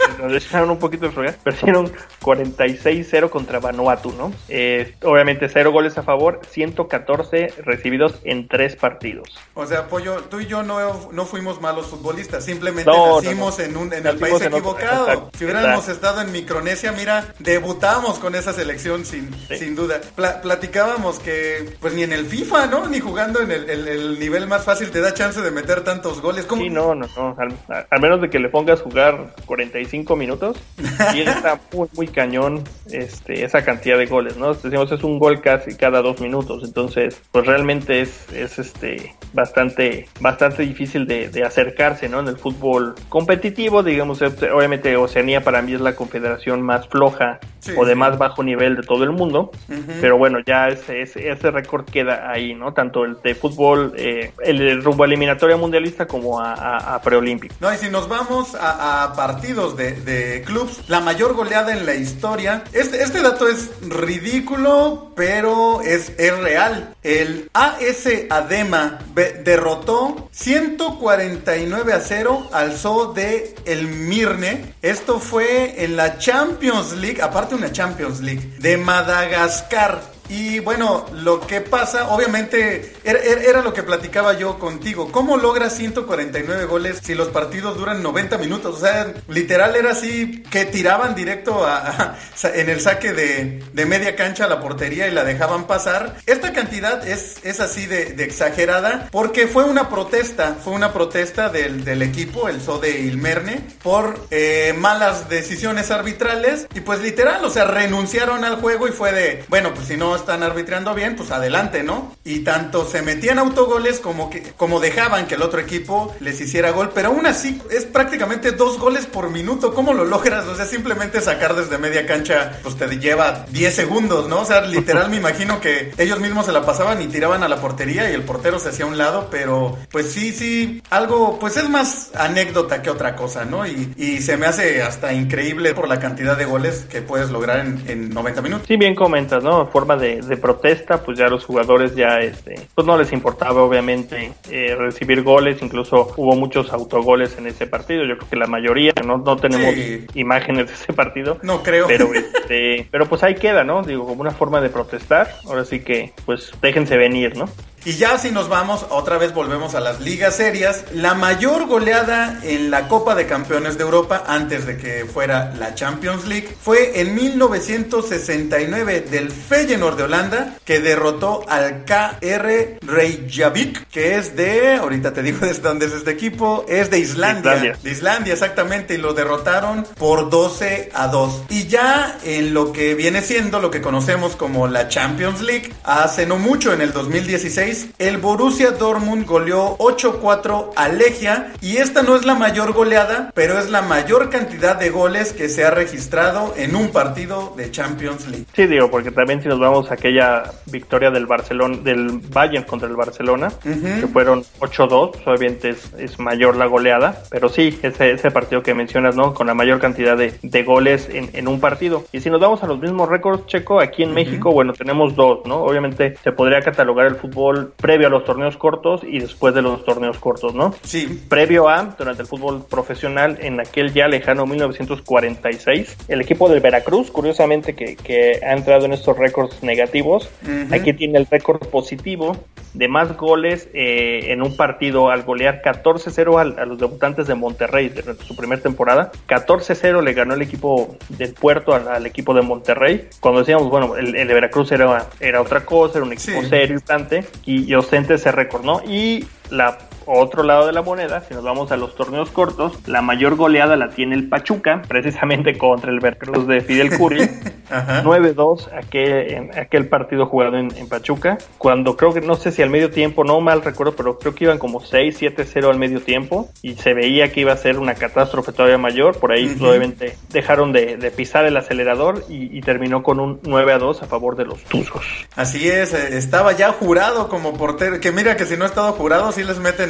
nos echaron un poquito de flojera. Perdieron cuarenta y seis cero contra Vanuatu, ¿no? Eh, obviamente cero goles a favor, ciento catorce recibidos en tres partidos. O sea, Pollo, tú y yo no, no fuimos malos futbolistas, simplemente no, nacimos no, no. en un en nacimos el país en equivocado. Otro, exacto, si hubiéramos exacto. estado en Micronesia, mira, debutamos con esa selección sin, sí. sin duda. Pla- platicábamos que pues ni en el FIFA, ¿no? Ni jugando en el, el, el nivel más fácil te da chance de meter tantos goles. ¿Cómo? Sí, no, no, no. Al, al menos de que le pongas jugar cuarenta y cinco minutos y está muy, muy cañón este, esa cantidad de goles, ¿no? Decimos, es un gol casi cada dos minutos, entonces pues realmente es, es este bastante bastante difícil de, de acercarse, ¿no? En el fútbol competitivo, digamos, obviamente Oceanía para mí es la confederación más floja sí, o de sí. más bajo nivel de todo el mundo, uh-huh. pero bueno, ya ese, ese, ese récord queda ahí, ¿no? Tanto el de fútbol, eh, el, el rumbo a eliminatoria mundialista como a, a, a preolímpico. No, y si nos vamos a, a partidos de, de clubs, la mayor goleada en la historia, este, este dato es ridículo, pero es, es real. El A S Adema be, derrotó ciento cuarenta y nueve a cero al Zoo de El Mirne. Esto fue en la Champions League, aparte una Champions League, de Madagascar. Y bueno, lo que pasa, obviamente, era, era lo que platicaba yo contigo. ¿Cómo logras ciento cuarenta y nueve goles si los partidos duran noventa minutos? O sea, literal era así que tiraban directo a, a, en el saque de, de media cancha a la portería y la dejaban pasar. Esta cantidad es, es así de, de exagerada porque fue una protesta, fue una protesta del, del equipo, el Zoo de El Mirne, por eh, malas decisiones arbitrales. Y pues literal, o sea, renunciaron al juego y fue de, bueno, pues si no están arbitrando bien, pues adelante, ¿no? Y tanto se metían autogoles como que como dejaban que el otro equipo les hiciera gol, pero aún así es prácticamente dos goles por minuto. ¿Cómo lo logras? O sea, simplemente sacar desde media cancha, pues te lleva diez segundos, ¿no? O sea, literal me imagino que ellos mismos se la pasaban y tiraban a la portería y el portero se hacía a un lado, pero pues sí, sí, algo, pues es más anécdota que otra cosa, ¿no? Y, y se me hace hasta increíble por la cantidad de goles que puedes lograr en, en noventa minutos. Sí, bien comentas, ¿no? Forma de De, de protesta, pues ya los jugadores ya este pues no les importaba obviamente eh, recibir goles, incluso hubo muchos autogoles en ese partido, yo creo que la mayoría, no, no tenemos sí. imágenes de ese partido, no creo, pero este pero pues ahí queda, ¿no? Digo, como una forma de protestar, ahora sí que pues déjense venir, ¿no? Y ya si nos vamos, otra vez volvemos a las ligas serias, la mayor goleada en la Copa de Campeones de Europa antes de que fuera la Champions League fue en mil novecientos sesenta y nueve del Feyenoord de Holanda, que derrotó al K R Reykjavik, que es de, ahorita te digo desde dónde es este equipo, es de Islandia, Islandia, de Islandia exactamente, y lo derrotaron por doce a dos. Y ya en lo que viene siendo lo que conocemos como la Champions League, hace no mucho, en el dos mil dieciséis, el Borussia Dortmund goleó ocho cuatro a Legia, y esta no es la mayor goleada, pero es la mayor cantidad de goles que se ha registrado en un partido de Champions League. Sí, digo, porque también si nos vamos a aquella victoria del Barcelona, del Bayern contra el Barcelona, uh-huh. que fueron ocho dos, pues obviamente es, es mayor la goleada, pero sí, ese, ese partido que mencionas, ¿no? Con la mayor cantidad de, de goles en, en un partido. Y si nos vamos a los mismos récords, Checo, aquí en uh-huh. México, bueno, tenemos dos, ¿no? Obviamente se podría catalogar el fútbol previo a los torneos cortos y después de los torneos cortos, ¿no? Sí. Previo a, durante el fútbol profesional, en aquel ya lejano mil novecientos cuarenta y seis, el equipo del Veracruz, curiosamente que, que ha entrado en estos récords negativos, uh-huh. aquí tiene el récord positivo de más goles eh, en un partido al golear catorce cero a, a los debutantes de Monterrey durante su primera temporada. catorce cero le ganó el equipo del Puerto al, al equipo de Monterrey. Cuando decíamos, bueno, el, el de Veracruz era, era otra cosa, era un equipo sí. serio y, y ostenta ese récord, ¿no? Y la otro lado de la moneda, si nos vamos a los torneos cortos, la mayor goleada la tiene el Pachuca, precisamente contra el Veracruz de Fidel Curry, nueve dos, aquel, aquel partido jugado en, en Pachuca, cuando creo que, no sé si al medio tiempo, no mal recuerdo, pero creo que iban como seis siete cero al medio tiempo, y se veía que iba a ser una catástrofe todavía mayor, por ahí uh-huh. obviamente dejaron de, de pisar el acelerador, y, y terminó con un nueve a dos a favor de los Tuzos. Así es, estaba ya jurado como portero, que mira que si no ha estado jurado, sí les meten el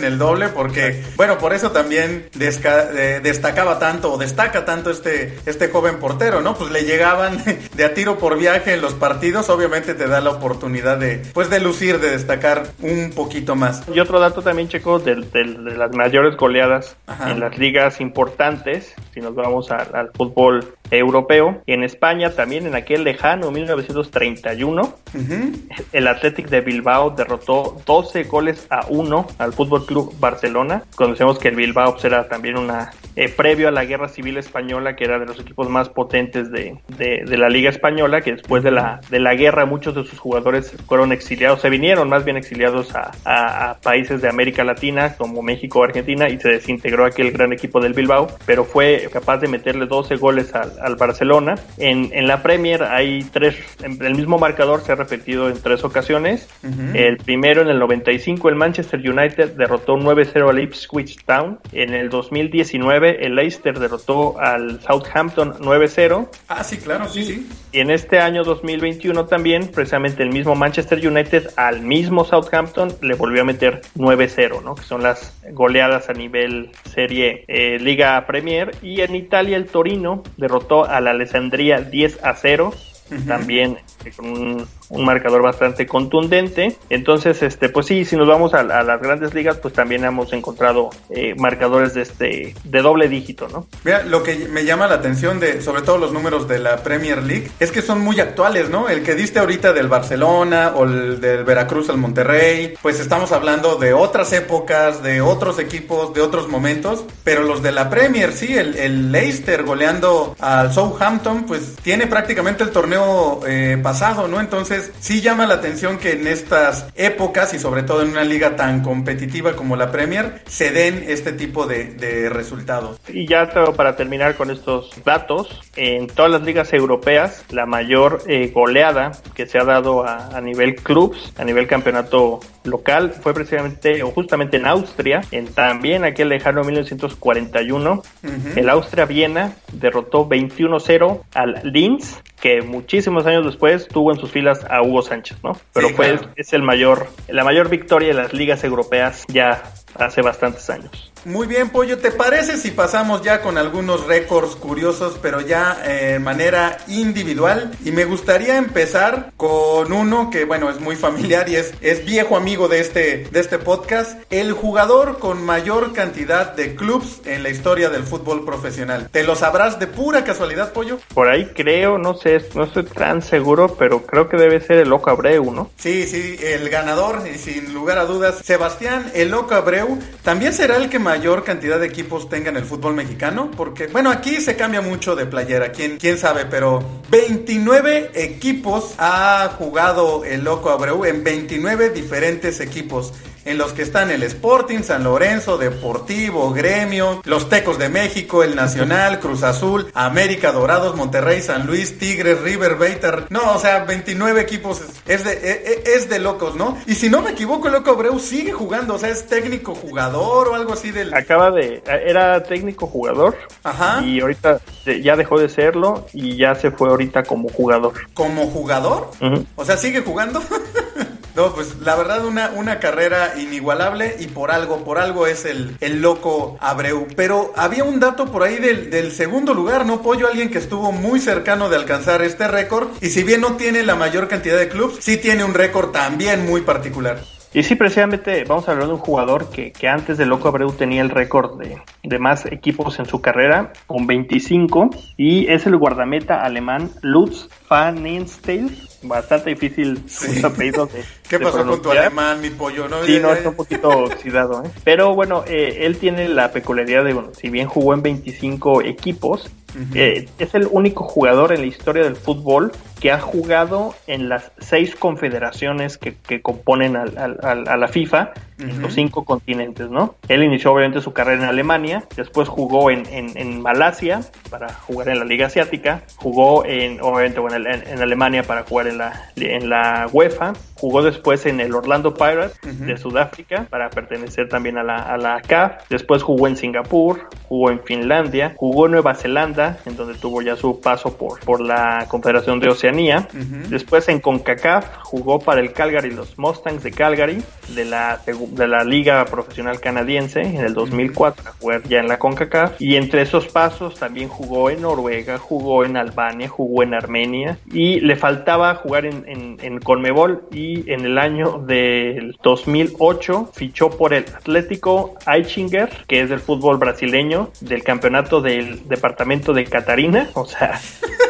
el doble porque, bueno, por eso también desca- de, destacaba tanto o destaca tanto este, este joven portero, ¿no? Pues le llegaban de a tiro por viaje en los partidos, obviamente te da la oportunidad de, pues de lucir, de destacar un poquito más. Y otro dato también, Checo, de, de, de las mayores goleadas Ajá. en las ligas importantes, si nos vamos a, al fútbol europeo, en España también en aquel lejano mil novecientos treinta y uno, uh-huh. el Athletic de Bilbao derrotó doce goles a uno al Fútbol Club Barcelona. Conocemos que el Bilbao pues, era también una eh, previo a la Guerra Civil Española, que era de los equipos más potentes de, de, de la Liga Española, que después de la, de la guerra muchos de sus jugadores fueron exiliados, se vinieron más bien exiliados a, a, a países de América Latina como México o Argentina, y se desintegró aquel gran equipo del Bilbao, pero fue capaz de meterle doce goles al, al Barcelona. En, en la Premier hay tres, el mismo marcador se ha repetido en tres ocasiones. Uh-huh. El primero en el noventa y cinco, el Manchester United derrotó nueve cero al Ipswich Town. En el dos mil diecinueve el Leicester derrotó al Southampton nueve cero. Ah, sí, claro, sí, sí. Y en este año dos mil veintiuno también, precisamente el mismo Manchester United al mismo Southampton le volvió a meter nueve cero, ¿no? Que son las goleadas a nivel serie eh, Liga Premier. Y en Italia el Torino derrotó a la Alessandria diez a cero. Uh-huh. También eh, con un, un marcador bastante contundente. Entonces, este, pues sí, si nos vamos a, a las grandes ligas, pues también hemos encontrado eh, marcadores de este de doble dígito, ¿no? Mira, lo que me llama la atención de, sobre todo los números de la Premier League, es que son muy actuales, ¿no? El que diste ahorita del Barcelona o el del Veracruz al Monterrey, pues estamos hablando de otras épocas, de otros equipos, de otros momentos, pero los de la Premier, sí, el, el Leicester goleando al Southampton, pues tiene prácticamente el torneo Eh, pasado, ¿no? Entonces sí llama la atención que en estas épocas y sobre todo en una liga tan competitiva como la Premier se den este tipo de, de resultados. Y ya para terminar con estos datos, en todas las ligas europeas la mayor eh, goleada que se ha dado a, a nivel clubs, a nivel campeonato local, fue precisamente o justamente en Austria, en también aquel lejano mil novecientos cuarenta y uno. Uh-huh. El Austria Viena derrotó veintiuno cero al Linz, que muchísimos años después tuvo en sus filas a Hugo Sánchez, ¿no? Pero sí, claro. Pues es el mayor, la mayor victoria de las ligas europeas ya hace bastantes años. Muy bien, Pollo, ¿te parece si pasamos ya con algunos récords curiosos, pero ya de eh, manera individual? Y me gustaría empezar con uno que, bueno, es muy familiar y es, es viejo amigo de este, de este podcast, el jugador con mayor cantidad de clubs en la historia del fútbol profesional. ¿Te lo sabrás de pura casualidad, Pollo? Por ahí creo, no sé, no estoy tan seguro, pero creo que debe ser el Loco Abreu, ¿no? Sí, sí, el ganador, y sin lugar a dudas, Sebastián el Loco Abreu. También será el que mayor cantidad de equipos tenga en el fútbol mexicano, porque, bueno, aquí se cambia mucho de playera, quién, quién sabe, pero veintinueve equipos ha jugado el Loco Abreu en veintinueve diferentes equipos, en los que están el Sporting, San Lorenzo, Deportivo, Gremio, los Tecos de México, el Nacional, Cruz Azul, América, Dorados, Monterrey, San Luis, Tigres, River, Beitar. No, o sea, veintinueve equipos, es de, es, es de locos, ¿no? Y si no me equivoco, el Loco Abreu sigue jugando, o sea, es técnico jugador o algo así del... Acaba de... Era técnico jugador. Ajá. Y ahorita ya dejó de serlo y ya se fue ahorita como jugador. ¿Como jugador? Uh-huh. O sea, ¿sigue jugando? No, pues la verdad una, una carrera inigualable y por algo, por algo es el, el Loco Abreu. Pero había un dato por ahí del, del segundo lugar, ¿no, Pollo? Alguien que estuvo muy cercano de alcanzar este récord y si bien no tiene la mayor cantidad de clubes, sí tiene un récord también muy particular. Y sí, precisamente vamos a hablar de un jugador que, que antes de Loco Abreu tenía el récord de, de más equipos en su carrera, con veinticinco, y es el guardameta alemán Lutz van Nijnstel. Bastante difícil sí. su apellido de, ¿Qué de pasó pronunciar. con tu alemán, mi Pollo? ¿No? Sí, no, está un poquito oxidado, ¿eh? Pero bueno, eh, él tiene la peculiaridad de, bueno, si bien jugó en veinticinco equipos, uh-huh. eh, es el único jugador en la historia del fútbol que ha jugado en las seis confederaciones que, que componen al, al, al, a la FIFA, uh-huh. en los cinco continentes, ¿no? Él inició obviamente su carrera en Alemania, después jugó en, en, en Malasia para jugar en la Liga Asiática, jugó en, obviamente, bueno, en, en Alemania para jugar en la, en la UEFA, jugó des, después en el Orlando Pirates uh-huh. de Sudáfrica para pertenecer también a la, a la C A F. Después jugó en Singapur, jugó en Finlandia, jugó en Nueva Zelanda, en donde tuvo ya su paso por, por la Confederación de Oceanía. Uh-huh. Después en CONCACAF jugó para el Calgary, los Mustangs de Calgary, de la, de la Liga Profesional Canadiense en el dos mil cuatro, a jugar ya en la CONCACAF. Y entre esos pasos también jugó en Noruega, jugó en Albania, jugó en Armenia, y le faltaba jugar en, en, en Conmebol, y en el año del dos mil ocho fichó por el Atlético Aichinger, que es del fútbol brasileño, del campeonato del departamento de Catarina, o sea...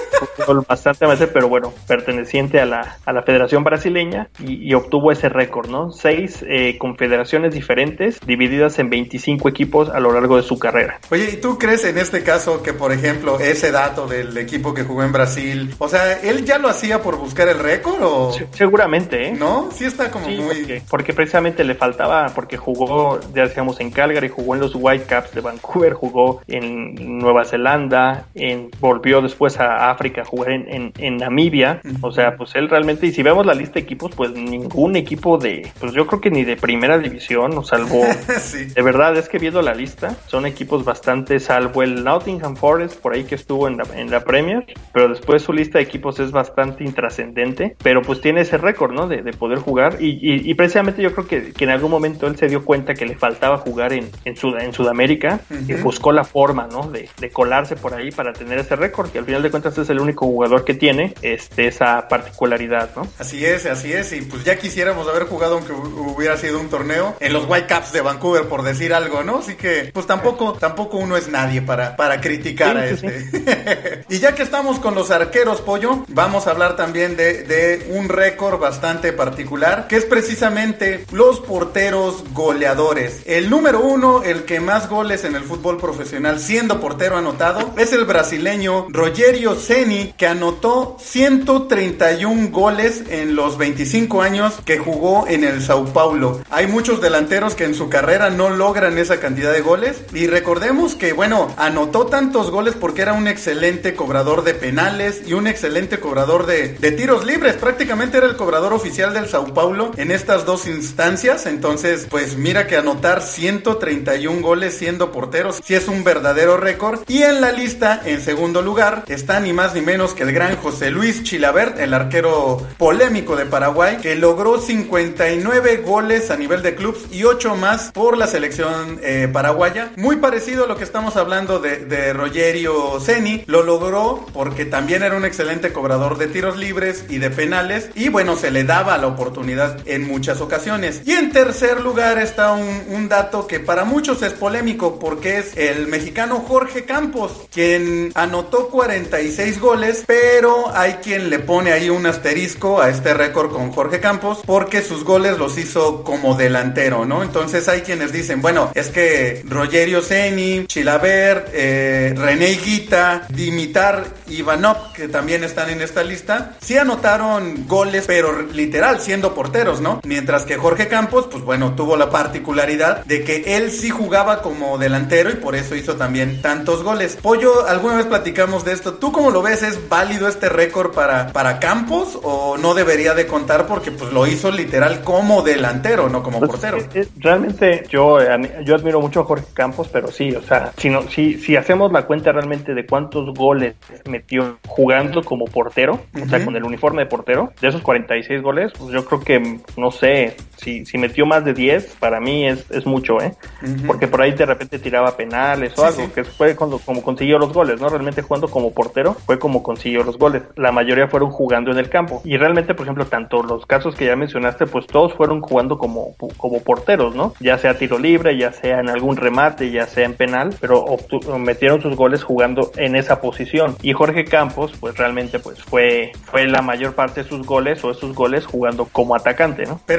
bastante amateur, pero bueno, perteneciente a la, a la Federación Brasileña, y, y obtuvo ese récord, ¿no? Seis eh, confederaciones diferentes, divididas en veinticinco equipos a lo largo de su carrera. Oye, ¿y tú crees en este caso que, por ejemplo, ese dato del equipo que jugó en Brasil, o sea, él ya lo hacía por buscar el récord o...? Sí, seguramente, ¿eh? ¿No? Sí está como sí, muy... Porque, porque precisamente le faltaba, porque jugó, ya decíamos, en Calgary, jugó en los Whitecaps de Vancouver, jugó en Nueva Zelanda, en, volvió después a África a jugar en, en, en Namibia, uh-huh. o sea, pues él realmente, y si vemos la lista de equipos, pues ningún equipo de, pues yo creo que ni de primera división, o salvo, sí. de verdad, es que viendo la lista, son equipos bastante, salvo el Nottingham Forest, por ahí que estuvo en la, en la Premier, pero después su lista de equipos es bastante intrascendente, pero pues tiene ese récord, ¿no? De, de poder jugar, y, y, y precisamente yo creo que, que en algún momento él se dio cuenta que le faltaba jugar en, en, Sud, en Sudamérica, uh-huh. y buscó la forma, ¿no? De, de colarse por ahí para tener ese récord, que al final de cuentas es el único jugador que tiene este, esa particularidad, ¿no? Así es, así es, y pues ya quisiéramos haber jugado, aunque hubiera sido un torneo, en los Whitecaps de Vancouver, por decir algo, ¿no? Así que, pues tampoco, tampoco uno es nadie para, para criticar sí, a sí, este. Sí. Y ya que estamos con los arqueros, Pollo, vamos a hablar también de, de un récord bastante particular, que es precisamente los porteros goleadores. El número uno, el que más goles en el fútbol profesional siendo portero anotado, es el brasileño Rogério Ceni, que anotó ciento treinta y uno goles en los veinticinco años que jugó en el Sao Paulo. Hay muchos delanteros que en su carrera no logran esa cantidad de goles, y recordemos que, bueno, anotó tantos goles porque era un excelente cobrador de penales y un excelente cobrador de, de tiros libres. Prácticamente era el cobrador oficial del Sao Paulo en estas dos instancias. Entonces, pues mira que anotar ciento treinta y uno goles siendo portero sí es un verdadero récord. Y en la lista, en segundo lugar, está ni más ni menos que el gran José Luis Chilavert, el arquero polémico de Paraguay, que logró cincuenta y nueve goles a nivel de clubes y ocho más por la selección eh, paraguaya. Muy parecido a lo que estamos hablando de, de Rogério Ceni. Lo logró porque también era un excelente cobrador de tiros libres y de penales, y bueno, se le daba la oportunidad en muchas ocasiones. Y en tercer lugar está un, un dato que para muchos es polémico, porque es el mexicano Jorge Campos, quien anotó cuarenta y seis goles, pero hay quien le pone ahí un asterisco a este récord con Jorge Campos, porque sus goles los hizo como delantero, ¿no? Entonces hay quienes dicen, bueno, es que Rogério Ceni, Chilavert, eh, René Higuita, Dimitar Ivanov, que también están en esta lista, sí anotaron goles, pero literal, siendo porteros, ¿no? Mientras que Jorge Campos, pues bueno, tuvo la particularidad de que él sí jugaba como delantero y por eso hizo también tantos goles. Pollo, alguna vez platicamos de esto. ¿Tú cómo lo ves? ¿Es válido este récord para, para Campos o no debería de contar porque pues lo hizo literal como delantero, no como pues, portero? Eh, realmente yo, yo admiro mucho a Jorge Campos, pero sí, o sea, si, no, si, si hacemos la cuenta realmente de cuántos goles metió jugando como portero, uh-huh. o sea, con el uniforme de portero, de esos cuarenta y seis goles, pues yo creo que, no sé, si, si metió más de diez, para mí es, es mucho, ¿eh? Uh-huh. Porque por ahí de repente tiraba penales o sí, algo, sí. que fue cuando, como consiguió los goles, ¿no? Realmente jugando como portero fue como consiguió los goles. La mayoría fueron jugando en el campo. Y realmente, por ejemplo, tanto los casos que ya mencionaste, pues todos fueron jugando como, como porteros, ¿no? Ya sea tiro libre, ya sea en algún remate, ya sea en penal, pero obtu- metieron sus goles jugando en esa posición. Y Jorge Campos, pues realmente pues fue, fue la mayor parte de sus goles o esos goles jugando como atacante, ¿no? Pero no era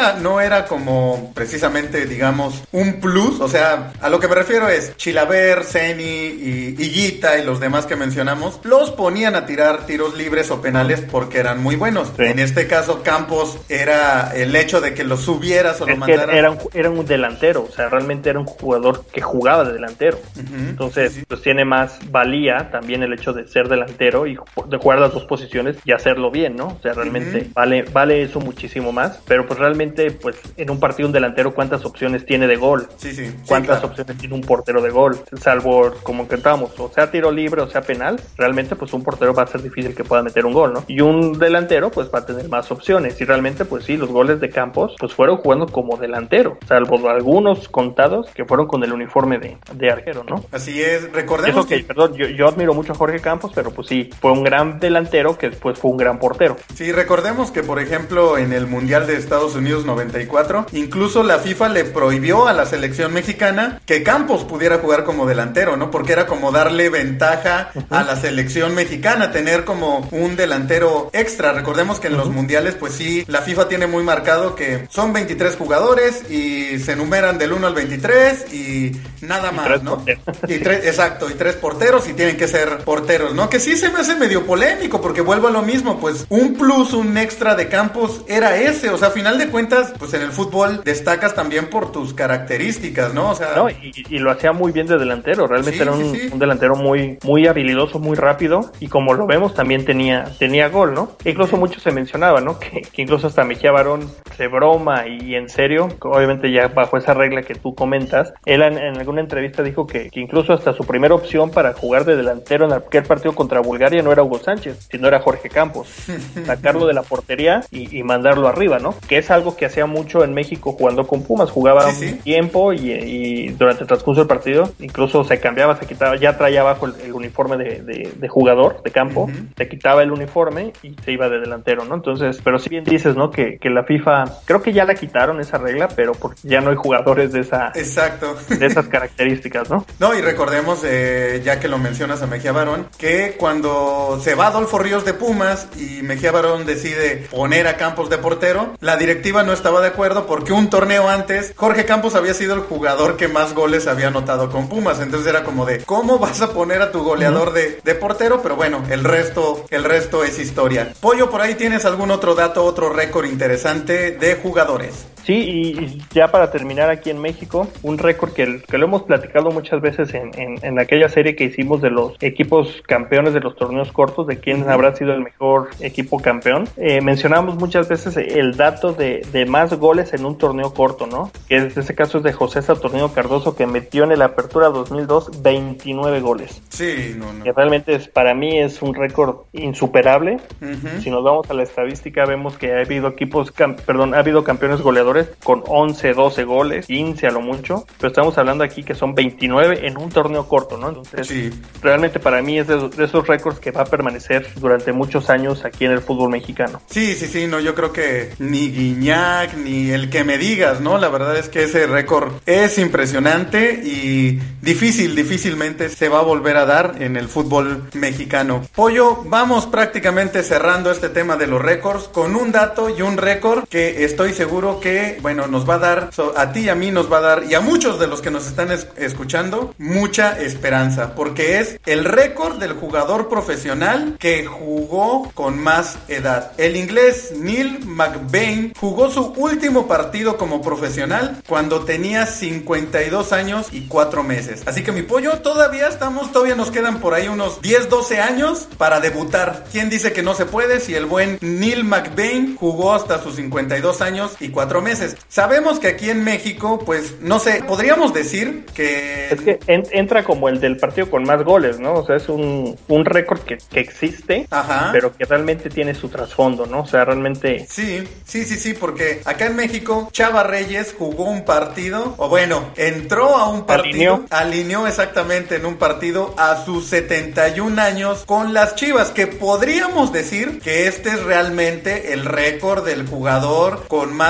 era, no era como precisamente, digamos, un plus. O sea, a lo que me refiero es Chilaver, Ceni y Higuita y los demás que mencionamos, los ponían a tirar tiros libres o penales porque eran muy buenos. Sí. En este caso, Campos era el hecho de que lo subieras o lo mandaras. Era un, era un delantero, o sea, realmente era un jugador que jugaba de delantero. Uh-huh. Entonces, sí, sí. pues tiene más valía también el hecho de ser delantero y de jugar las dos posiciones y hacerlo bien, ¿no? O sea, realmente uh-huh. vale, vale eso muchísimo más, pero pues realmente, pues en un partido un delantero, ¿cuántas opciones tiene de gol? Sí, sí. ¿Cuántas sí, claro. opciones tiene un portero de gol? Salvo, como contamos, o sea tiro libre o sea penal, realmente pues un portero va a ser difícil que pueda meter un gol, ¿no? Y un delantero pues va a tener más opciones y realmente pues sí, los goles de Campos pues fueron jugando como delantero, salvo algunos contados que fueron con el uniforme de, de arquero, ¿no? Así es, recordemos Eso que, que... perdón, yo, yo admiro mucho a Jorge Campos, pero pues sí, fue un gran delantero que después fue un gran portero. Sí, recordemos que por ejemplo en el Mundial de Estados Unidos noventa y cuatro, incluso la FIFA le prohibió a la selección mexicana que Campos pudiera jugar como delantero, ¿no? Porque era como darle ventaja uh-huh. a la selección mexicana, tener como un delantero extra. Recordemos que en uh-huh. los mundiales, pues sí, la FIFA tiene muy marcado que son veintitrés jugadores y se enumeran del uno al veintitrés y nada más, ¿no? Y tres, exacto, y tres porteros y tienen que ser porteros, ¿no? Que sí se me hace medio polémico porque vuelvo a lo mismo, pues un plus, un extra de Campos era ese, o sea, a final de cuentas, pues en el fútbol destacas también por tus características, ¿no? O sea, no, y, y lo hacía muy bien de delantero, realmente sí, era un, sí, sí. un delantero muy, muy habilidoso, muy rápido, y como lo vemos también tenía, tenía gol, ¿no? E incluso uh-huh. mucho se mencionaba, ¿no? Que, que incluso hasta Mejía Barón, de broma y en serio, obviamente ya bajo esa regla que tú comentas, él en, en alguna entrevista dijo que, que incluso hasta su primera opción para jugar de delantero en aquel partido contra Bulgaria no era Hugo Sánchez, sino era Jorge Campos, sacarlo de la portería y, y mandarlo arriba, ¿no? Que es algo que hacía mucho en México jugando con Pumas, jugaba sí, un sí. tiempo y, y durante el transcurso del partido incluso se cambiaba, se quitaba, ya traía abajo el, el uniforme de, de, de jugador de campo, uh-huh. se quitaba el uniforme y se iba de delantero, ¿no? Entonces, pero si bien dices, ¿no? Que, que la FIFA, creo que ya la quitaron esa regla, pero porque ya no hay jugadores de esa exacto de esas características, ¿no? No, y recordemos, eh, ya que lo mencionas a Mejía Barón, que cuando se va Adolfo Ríos de Pumas y Mejía Barón decide poner a Campos de portero, la directiva no estaba de acuerdo porque un torneo antes Jorge Campos había sido el jugador que más goles había anotado con Pumas, entonces era como de, ¿cómo vas a poner a tu goleador uh-huh. de, de portero? Pero bueno, el resto, el resto es historia. Pollo, por ahí tienes algún otro dato, otro récord interesante de jugadores. Sí, y ya para terminar aquí en México, un récord que, que lo hemos platicado muchas veces en, en, en aquella serie que hicimos de los equipos campeones de los torneos cortos, de quién uh-huh. habrá sido el mejor equipo campeón. Eh, mencionamos muchas veces el dato de, de más goles en un torneo corto, ¿no? Que en este caso es de José Saturnino Cardoso, que metió en el Apertura dos mil dos veintinueve goles. Sí, no, no. Que realmente es, para mí es un récord insuperable. Uh-huh. Si nos vamos a la estadística, vemos que ha habido equipos, cam- perdón, ha habido campeones goleadores con once, doce goles, quince a lo mucho, pero estamos hablando aquí que son veintinueve en un torneo corto, ¿no? Entonces, sí. realmente para mí es de, de esos récords que va a permanecer durante muchos años aquí en el fútbol mexicano. Sí, sí, sí, no, yo creo que ni Guiñac, ni el que me digas, ¿no? La verdad es que ese récord es impresionante y difícil, difícilmente se va a volver a dar en el fútbol mexicano. Pollo, vamos prácticamente cerrando este tema de los récords con un dato y un récord que estoy seguro que, bueno, nos va a dar, a ti y a mí nos va a dar, y a muchos de los que nos están es- escuchando, mucha esperanza, porque es el récord del jugador profesional que jugó con más edad. El inglés Neil McBain jugó su último partido como profesional cuando tenía cincuenta y dos años y cuatro meses. Así que mi pollo, todavía estamos, todavía nos quedan por ahí unos diez, doce años para debutar. ¿Quién dice que no se puede si el buen Neil McBain jugó hasta sus cincuenta y dos años y cuatro meses? Sabemos que aquí en México, pues, no sé, podríamos decir que... Es que en, entra como el del partido con más goles, ¿no? O sea, es un, un récord que, que existe, Ajá. pero que realmente tiene su trasfondo, ¿no? O sea, realmente... Sí, sí, sí, sí, porque acá en México Chava Reyes jugó un partido, o bueno, entró a un partido, alineó, alineó exactamente en un partido a sus setenta y un años con las Chivas, que podríamos decir que este es realmente el récord del jugador con más edad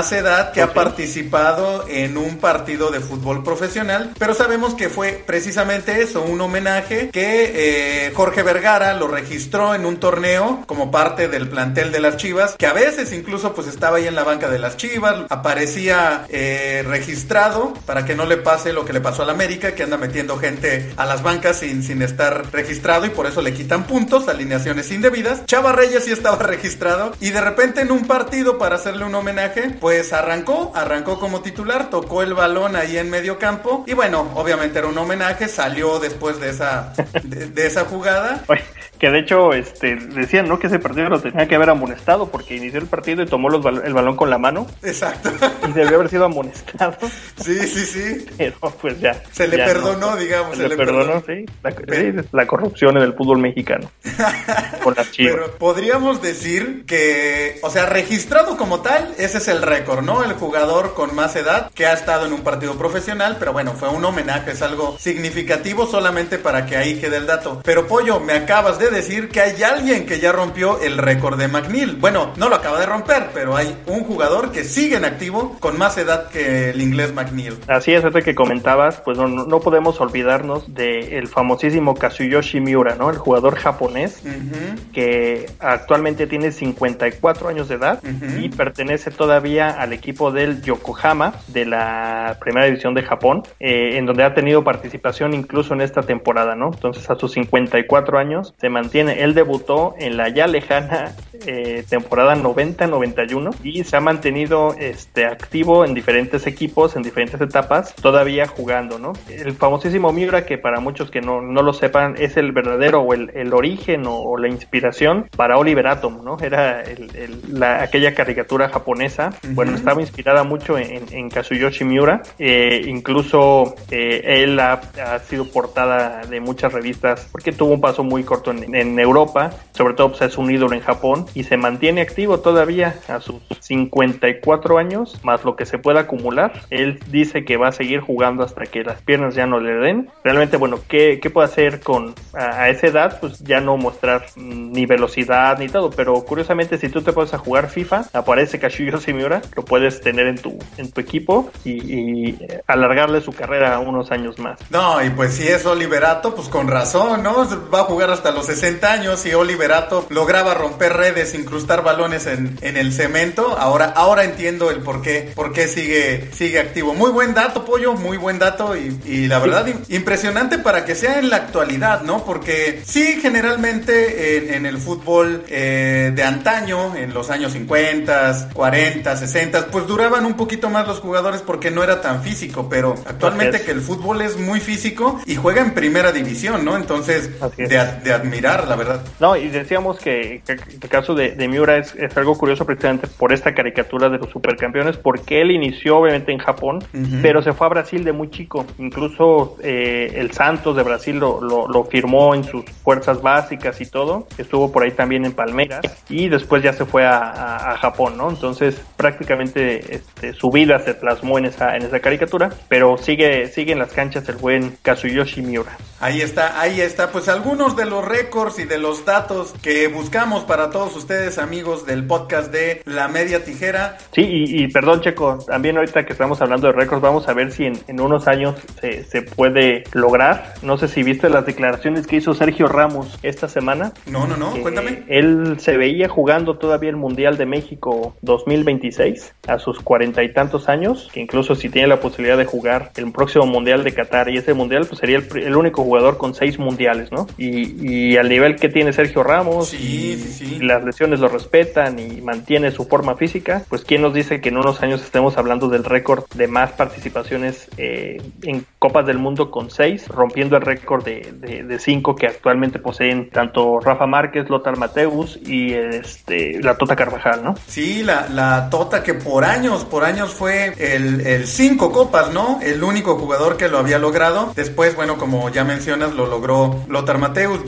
verdad que okay. ha participado en un partido de fútbol profesional, pero sabemos que fue precisamente eso, un homenaje que eh, Jorge Vergara lo registró en un torneo como parte del plantel de las Chivas, que a veces incluso pues estaba ahí en la banca de las Chivas, aparecía eh, registrado para que no le pase lo que le pasó al América, que anda metiendo gente a las bancas sin, sin estar registrado y por eso le quitan puntos, alineaciones indebidas. Chava Reyes sí estaba registrado y de repente en un partido para hacerle un homenaje, pues arrancó, arrancó como titular, tocó el balón ahí en medio campo y bueno, obviamente era un homenaje, salió después de esa, de, de esa jugada. Oye, que de hecho este, decían, ¿no?, que ese partido lo tenía que haber amonestado porque inició el partido y tomó los bal- el balón con la mano. Exacto. Y debió haber sido amonestado. Sí, sí, sí. Pero pues ya. Se le ya perdonó, no. digamos. Se, se le, le perdonó, perdonó, sí. La, sí. La corrupción en el fútbol mexicano. Con las Chivas. Pero podríamos decir que, o sea, registrado como tal, ese es el récord, ¿no? El jugador con más edad que ha estado en un partido profesional, pero bueno, fue un homenaje, es algo significativo solamente para que ahí quede el dato. Pero Pollo, me acabas de decir que hay alguien que ya rompió el récord de McNeil. Bueno, no lo acaba de romper, pero hay un jugador que sigue en activo con más edad que el inglés McNeil. Así es, ahorita que comentabas, pues no, no podemos olvidarnos del famosísimo Kazuyoshi Miura, ¿no? El jugador japonés, uh-huh. que actualmente tiene cincuenta y cuatro años de edad, uh-huh. y pertenece todavía al equipo del Yokohama de la primera división de Japón, eh, en donde ha tenido participación incluso en esta temporada, ¿no? Entonces a sus cincuenta y cuatro años se mantiene. Él debutó en la ya lejana eh, temporada noventa noventa y uno y se ha mantenido este, activo en diferentes equipos, en diferentes etapas, todavía jugando, ¿no? El famosísimo Miura, que para muchos que no, no lo sepan, es el verdadero o el, el origen o, o la inspiración para Oliver Atom, ¿no? Era el, el, la, aquella caricatura japonesa. Uh-huh. Bueno, estaba inspirada mucho en, en Kazuyoshi Miura. Eh, incluso eh, él ha, ha sido portada de muchas revistas porque tuvo un paso muy corto en, en Europa, sobre todo pues, es un ídolo en Japón y se mantiene activo todavía a sus cincuenta y cuatro años, más lo que se pueda acumular. Él dice que va a seguir jugando hasta que las piernas ya no le den. Realmente, bueno, ¿qué, qué puede hacer con a, a esa edad? Pues ya no mostrar ni velocidad ni todo, pero curiosamente si tú te pones a jugar FIFA, aparece Kazuyoshi Miura, lo puedes tener en tu en tu equipo y, y alargarle su carrera unos años más. No, y pues si es Oliverato, pues con razón, ¿no? Va a jugar hasta los sesenta años y Oliverato lograba romper redes, incrustar balones en, en el cemento. Ahora ahora entiendo el por qué, por qué sigue, sigue activo. Muy buen dato, Pollo, muy buen dato y, y la verdad sí. impresionante para que sea en la actualidad, ¿no? Porque sí, generalmente en, en el fútbol eh, de antaño, en los años cincuenta, cuarenta, sesenta, pues duraban un poquito más los jugadores porque no era tan físico, pero actualmente es. que el fútbol es muy físico y juega en primera división, ¿no? Entonces, de, de admirar, la verdad. No, y decíamos que, que, que el caso de, de Miura es, es algo curioso precisamente por esta caricatura de los supercampeones, porque él inició obviamente en Japón, uh-huh. pero se fue a Brasil de muy chico. Incluso eh, el Santos de Brasil lo, lo, lo firmó en sus fuerzas básicas y todo. Estuvo por ahí también en Palmeiras y después ya se fue a, a, a Japón, ¿no? Entonces prácticamente este, su vida se plasmó en esa, en esa caricatura, pero sigue, sigue en las canchas el buen Kazuyoshi Miura. Ahí está, ahí está, pues algunos de los récords y de los datos que buscamos para todos ustedes, amigos del podcast de La Media Tijera. Sí, y, y perdón, Checo, también ahorita que estamos hablando de récords, vamos a ver si en, en unos años se, se puede lograr. No sé si viste las declaraciones que hizo Sergio Ramos esta semana. No, no, no, cuéntame. Él se veía jugando todavía el Mundial de México dos mil veintiséis a sus cuarenta y tantos años, que incluso si tiene la posibilidad de jugar el próximo Mundial de Qatar y ese Mundial, pues sería el, el único jugador con seis mundiales, ¿no? Y, y al nivel que tiene Sergio Ramos, sí, sí, sí. las lesiones lo respetan y mantiene su forma física, pues quién nos dice que en unos años estemos hablando del récord de más participaciones eh, en Copas del Mundo con seis, rompiendo el récord de, de, de cinco que actualmente poseen tanto Rafa Márquez, Lothar Matthäus y este, la Tota Carvajal, ¿no? Sí, la, la Tota que por años, por años fue el, el cinco copas, ¿no? El único jugador que lo había logrado. Después, bueno, como ya mencionas, lo logró Lothar Matthäus, ya lo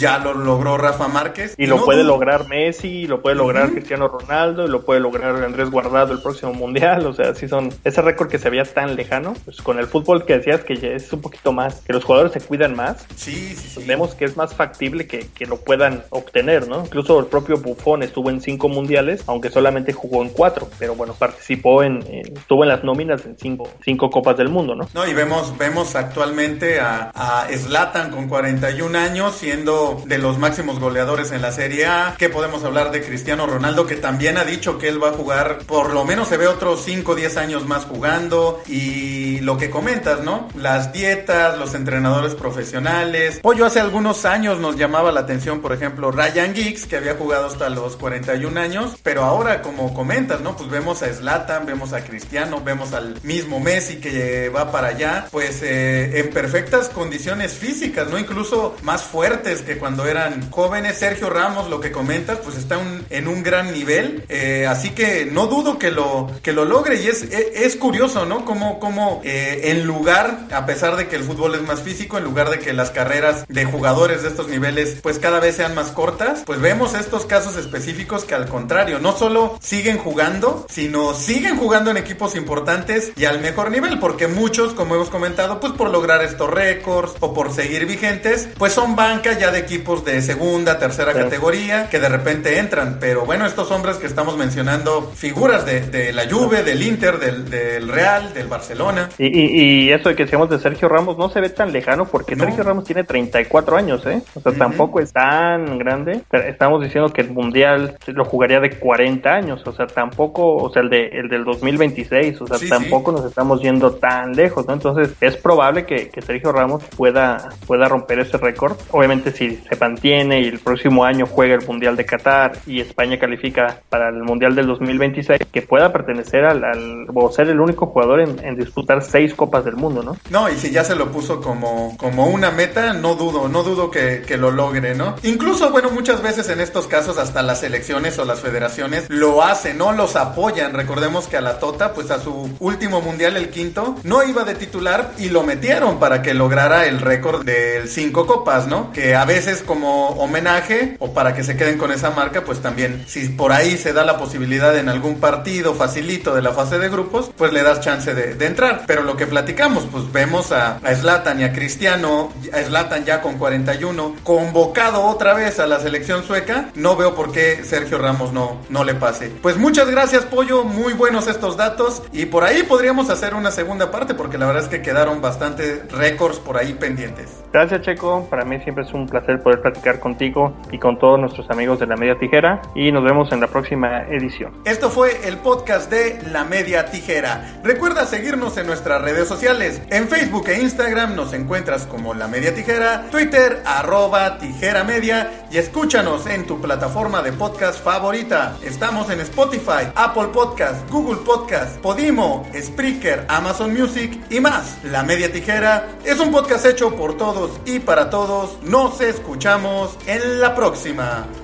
logró Rafa Márquez. Y, y lo no puede dudo. lograr Messi, y lo puede lograr uh-huh. Cristiano Ronaldo, y lo puede lograr Andrés Guardado el próximo Mundial. O sea, sí son ese récord que se veía tan lejano, pues con el fútbol que decías que ya es un poquito más, que los jugadores se cuidan más. Sí, sí, sí. Vemos que es más factible que, que lo puedan obtener, ¿no? Incluso el propio Buffon estuvo en cinco mundiales, aunque solamente jugó en cuatro, pero bueno, participó en, en estuvo en las nóminas en cinco, cinco Copas del Mundo, ¿no? No, y vemos, vemos actualmente a, a Zlatan con cuarenta y un años, siendo de los máximos goleadores en la Serie A. ¿Qué podemos hablar de Cristiano Ronaldo, que también ha dicho que él va a jugar, por lo menos se ve otros cinco o diez años más jugando? Y lo que comentas, ¿no? Las dietas, los entrenadores profesionales. Pollo, hace algunos años nos llamaba la atención, por ejemplo, Ryan Giggs, que había jugado hasta los cuarenta y un años, pero ahora, como comentas, ¿no? Pues vemos a Zlatan, vemos a Cristiano, vemos al mismo Messi que va para allá, pues eh, en perfectas condiciones físicas, ¿no? Incluso más fuertes que cuando eran jóvenes. Sergio Ramos, lo que comentas, pues está un, en un gran nivel, eh, así que no dudo que lo, que lo logre. Y es, es, es curioso, ¿no? Como, como eh, en lugar, a pesar de que el fútbol es más físico, en lugar de que las carreras de jugadores de estos niveles pues cada vez sean más cortas, pues vemos estos casos específicos que al contrario, no solo siguen jugando, sino siguen jugando en equipos importantes y al mejor nivel, porque muchos, como hemos comentado, pues por lograr estos récords o por seguir vigentes, pues son banca ya de equipos de segunda, tercera sí. categoría, que de repente entran. Pero bueno, estos hombres que estamos mencionando, figuras de, de la Juve, del Inter, del, del Real, del Barcelona. Y, y, y eso de que decíamos de Sergio Ramos no se ve tan lejano, porque no. Sergio Ramos tiene treinta y cuatro años, ¿eh? O sea, uh-huh. tampoco es tan grande. Estamos diciendo que el Mundial lo jugaría de cuarenta años, o sea, tampoco, o sea, el de el del dos mil veintiséis, o sea, sí, tampoco sí. nos estamos yendo tan lejos, ¿no? Entonces, es probable que, que Sergio Ramos pueda, pueda romper ese récord. Obviamente, si se mantiene y el próximo año juega el Mundial de Qatar y España califica para el Mundial del dos mil veintiséis, que pueda pertenecer al, al o ser el único jugador en, en disputar seis Copas del Mundo, ¿no? No, y si ya se lo puso como, como una meta, no dudo, no dudo que, que lo logre, ¿no? Incluso, bueno, muchas veces en estos casos hasta las selecciones o las federaciones lo hacen, ¿no? Los apoyan. Recordemos que a la Tota, pues a su último Mundial, el quinto, no iba de titular y lo metieron para que lograra el récord del cinco copas, ¿no? Que a veces como homenaje o para que se queden con esa marca, pues también, si por ahí se da la posibilidad en algún partido facilito de la fase de grupos, pues le das chance de, de entrar. Pero lo que platicamos, pues vemos a, a Zlatan y a Cristiano, a Zlatan ya con cuarenta y uno, convocado otra vez a la selección sueca. No veo por qué Sergio Ramos no, no le pase. Pues muchas gracias, Pollo, muy buenos estos datos, y por ahí podríamos hacer una segunda parte, porque la verdad es que quedaron bastantes récords por ahí pendientes. Gracias, Checo, para mí siempre es un placer poder platicar contigo y con todos nuestros amigos de La Media Tijera, y nos vemos en la próxima edición. Esto fue el podcast de La Media Tijera. Recuerda seguirnos en nuestras redes sociales. En Facebook e Instagram nos encuentras como La Media Tijera, Twitter arroba Tijera Media, y escúchanos en tu plataforma de podcast favorita. Estamos en Spotify, Apple Podcast, Google Podcast, Podimo, Spreaker, Amazon Music y más. La Media Tijera es un podcast hecho por todos y para todos. Nos escuchamos en la próxima.